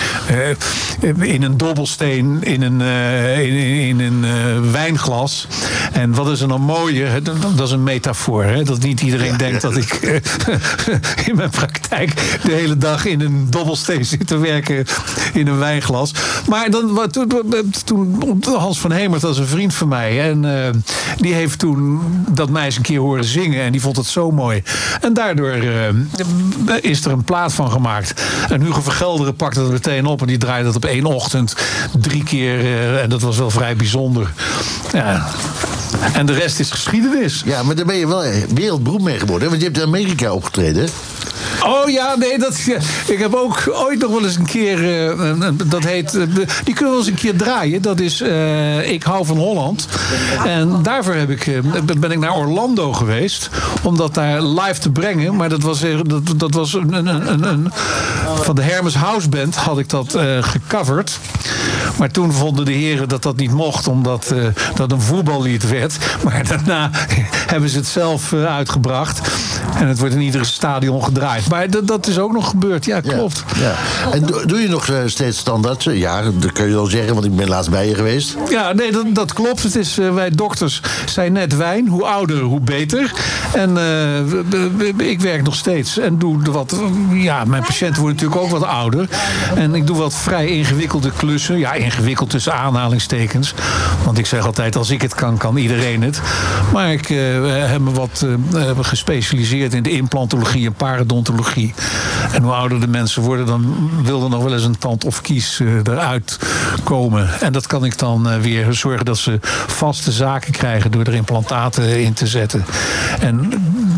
in een dobbelsteen, in een, in, in een wijnglas. En wat is er nou mooier? Dat is een metafoor. Hè? Dat niet iedereen ja. denkt dat ik in mijn praktijk de hele dag in een dobbelsteen zit te werken in een wijnglas. Maar dan, toen, Hans van Hemert, dat is een vriend van mij. En uh, die heeft toen dat meisje een keer horen zingen. En die vond het zo mooi. En daardoor uh, is er een plaat van gemaakt. En Hugo Vergelderen pakte dat meteen op. En die draaide dat op één ochtend drie keer. Uh, en dat was wel vrij bijzonder. Ja. En de rest is geschiedenis. Ja, maar daar ben je wel wereldberoemd mee geworden. Want je hebt in Amerika opgetreden, hè? Oh ja, nee, dat, ja, ik heb ook ooit nog wel eens een keer... Uh, dat heet... Uh, die kunnen we eens een keer draaien. Dat is uh, Ik hou van Holland. En daarvoor heb ik, uh, ben ik naar Orlando geweest. Om dat daar live te brengen. Maar dat was, dat, dat was een, een, een, een... Van de Hermes House Band had ik dat uh, gecoverd. Maar toen vonden de heren dat dat niet mocht. Omdat uh, dat een voetballied werd. Maar daarna hebben ze het zelf uh, uitgebracht. En het wordt in iedere stadion gedraaid. Maar d- dat is ook nog gebeurd. Ja, klopt. Ja, ja. En do- doe je nog uh, steeds standaard? Ja, dat kun je wel zeggen, want ik ben laatst bij je geweest. Ja, nee, dat, dat klopt. Het is, uh, wij dokters zijn net wijn. Hoe ouder, hoe beter. En uh, w- w- ik werk nog steeds. En doe wat... Ja, mijn patiënten worden natuurlijk ook wat ouder. En ik doe wat vrij ingewikkelde klussen. Ja, ingewikkeld tussen aanhalingstekens. Want ik zeg altijd, als ik het kan, kan iedereen het. Maar ik uh, heb me wat uh, gespecialiseerd in de implantologie en parodontologie. En hoe ouder de mensen worden, dan wil er nog wel eens een tand of kies uh, eruit komen. En dat kan ik dan uh, weer zorgen dat ze vaste zaken krijgen door er implantaten in te zetten. En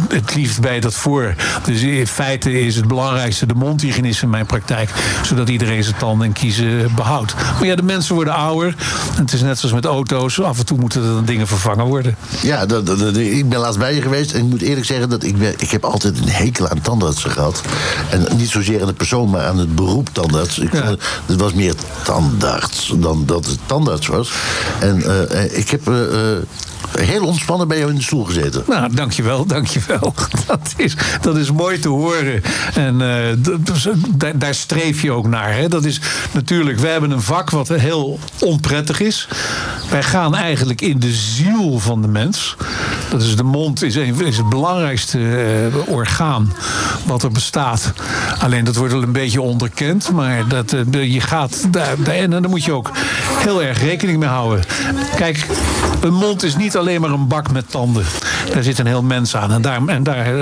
het liefst bij dat voor. Dus in feite is het belangrijkste de mondhygiënist in mijn praktijk. Zodat iedereen zijn tanden en kiezen behoudt. Maar ja, de mensen worden ouder. En het is net zoals met auto's. Af en toe moeten er dan dingen vervangen worden. Ja, dat, dat, dat, ik ben laatst bij je geweest. En ik moet eerlijk zeggen dat ik, ben, ik heb altijd een hekel aan tandartsen gehad. En niet zozeer aan de persoon, maar aan het beroep tandarts. Ik Ja. vond, het was meer tandarts dan dat het tandarts was. En uh, ik heb... Uh, uh, heel ontspannen bij jou in de stoel gezeten. Nou, dankjewel, dankjewel. Dat is, dat is mooi te horen. En uh, d- d- daar, daar streef je ook naar. Hè. Dat is natuurlijk, we hebben een vak wat heel onprettig is. Wij gaan eigenlijk in de ziel van de mens. Dat is de mond, is, een, is het belangrijkste uh, orgaan wat er bestaat. Alleen dat wordt wel een beetje onderkend. Maar dat, uh, je gaat daar, daar, en daar moet je ook heel erg rekening mee houden. Kijk, een mond is niet alleen maar een bak met tanden. Daar zit een heel mens aan. En, daar, en daar,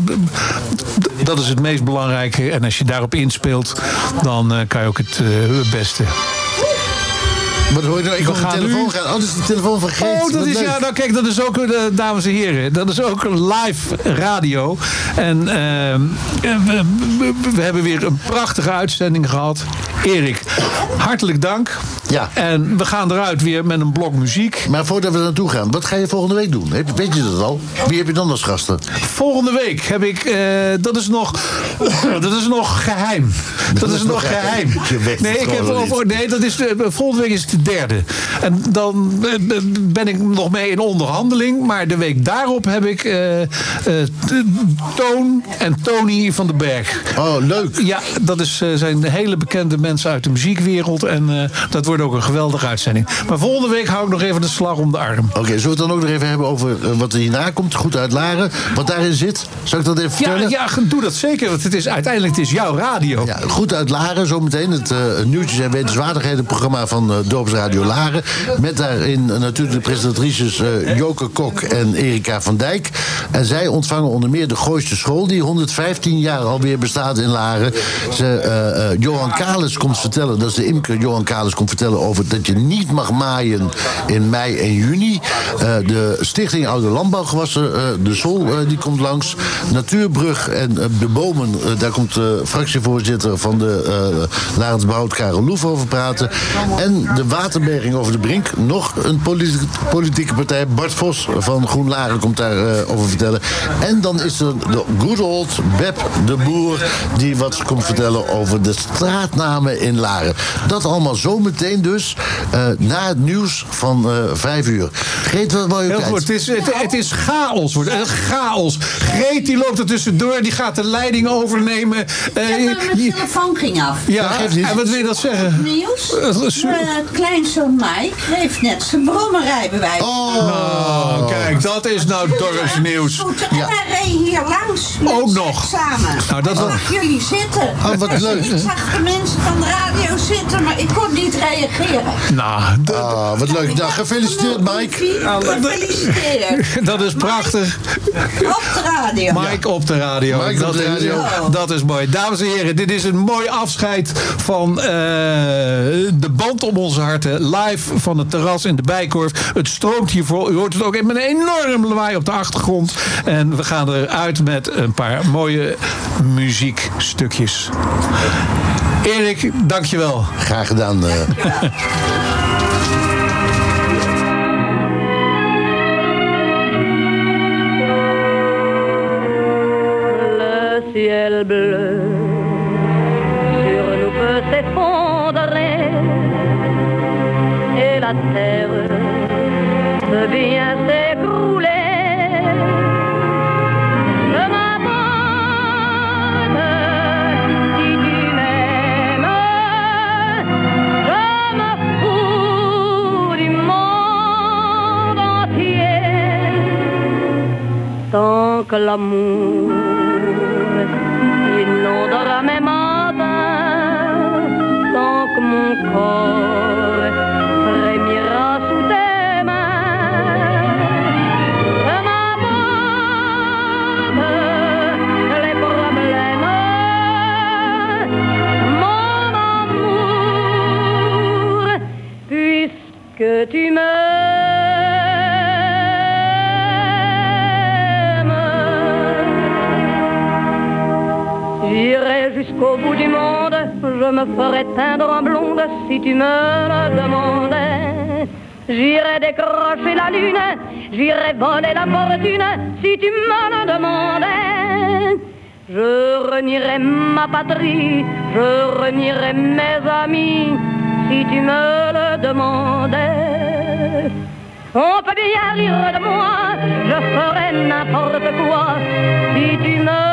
dat is het meest belangrijke. En als je daarop inspeelt, dan uh, kan je ook het uh, beste. Wat hoor je nou? Ik We hoor een gaan telefoon nu- gaan. Oh, dat is de telefoon van Geet. Oh, dat Wat is, leuk. ja, nou kijk, dat is ook, uh, dames en heren, dat is ook live radio. En uh, we, we, we hebben weer een prachtige uitzending gehad. Erik, hartelijk dank. Ja. En we gaan eruit weer met een blok muziek. Maar voordat we er naartoe gaan, wat ga je volgende week doen? Heb- Weet je dat al? Wie heb je dan als gasten? Volgende week heb ik, uh, dat is nog, dat is nog geheim. Dat is nog geheim. Je weet het Nee, ik heb gewoon nog over, nee, dat is de, volgende week is het de derde. En dan uh, ben ik nog mee in onderhandeling. Maar de week daarop heb ik uh, uh, Toon en Tony van den Berg. Oh, leuk. Ja, dat is, uh, zijn hele bekende mensen uit de muziekwereld. En uh, dat wordt ook een geweldige uitzending. Maar volgende week hou ik nog even de slag om de arm. Oké, zullen we het dan ook nog even hebben over uh, wat er hierna komt? Goed uit Laren. Wat daarin zit? Zal ik dat even Ja, vertellen? ja, doe dat zeker. Want het is, uiteindelijk het is jouw radio. Ja, goed uit Laren, zometeen het uh, nieuwtjes en wetenswaardigheden programma van uh, Dorpsradio Laren. Met daarin uh, natuurlijk de presentatrices uh, Joke Kok en Erika van Dijk. En zij ontvangen onder meer de Gooiste School, die honderdvijftien jaar alweer bestaat in Laren. Ze, uh, uh, Johan Kalis komt vertellen, dat is de imker Johan Kalis, komt vertellen over dat je niet mag maaien in mei en juni. Uh, de Stichting Oude Landbouwgewassen, uh, de Sol, uh, die komt langs. Natuurbrug en uh, de bomen, uh, daar komt de fractievoorzitter van de uh, Larens Behoud, Karel Loef, over praten. En de waterberging over de Brink, nog een politieke, politieke partij. Bart Vos van GroenLaren komt daar uh, over vertellen. En dan is er de good old Beb de Boer, die wat komt vertellen over de straatnamen in Laren. Dat allemaal zometeen dus, uh, na het nieuws van uh, vijf uur. Greet, wat wil je Heel kwijt? goed, het is, het, het is chaos. Wordt, uh, chaos. Greet die loopt er tussendoor, die gaat de leiding overnemen. Uh, Ja, maar mijn je- telefoon ging af. ja, en wat wil je dat zeggen? Nieuws? Uh, su- Mijn kleinzoon Mike heeft net zijn brommerrijbewijs. Oh, kijk, dat is nou dorpsnieuws. En hij reed hier langs met Ook zijn nog. examen. Nou, dat Ik was- zag jullie zitten. Oh, wat leuk. Ik zag de mensen van de radio zitten, maar ik kon niet reageren. Nou, d- Ah, wat leuk. Nou, gefeliciteerd, Mike. Gefeliciteerd. dat is prachtig. Op de radio. Mike op de radio. Mike op dat, de radio. Is, dat is mooi. Dames en heren, dit is een mooi afscheid van uh, de band om onze harten. Live van het terras in de Bijkorf. Het stroomt hier vol. U hoort het ook met een enorm lawaai op de achtergrond. En we gaan eruit met een paar mooie muziekstukjes. Erik, dankjewel. Graag gedaan. Uh. Le ciel bleu sur nous peut s'effondrer et la terre peut bien s'écrouler. Je m'abandonne si tu m'aimes, je me fous du monde entier tant que l'amour inondera mes matins, tant que mon corps frémira sous tes mains. Je m'abandonne les problèmes, mon amour, puisque tu m'aimes. jusqu'au bout du monde. Je me ferais teindre en blonde si tu me le demandais. J'irais décrocher la lune, j'irais voler la fortune si tu me le demandais. Je renierais ma patrie, je renierais mes amis si tu me le demandais. On peut bien rire de moi, je ferais n'importe quoi si tu me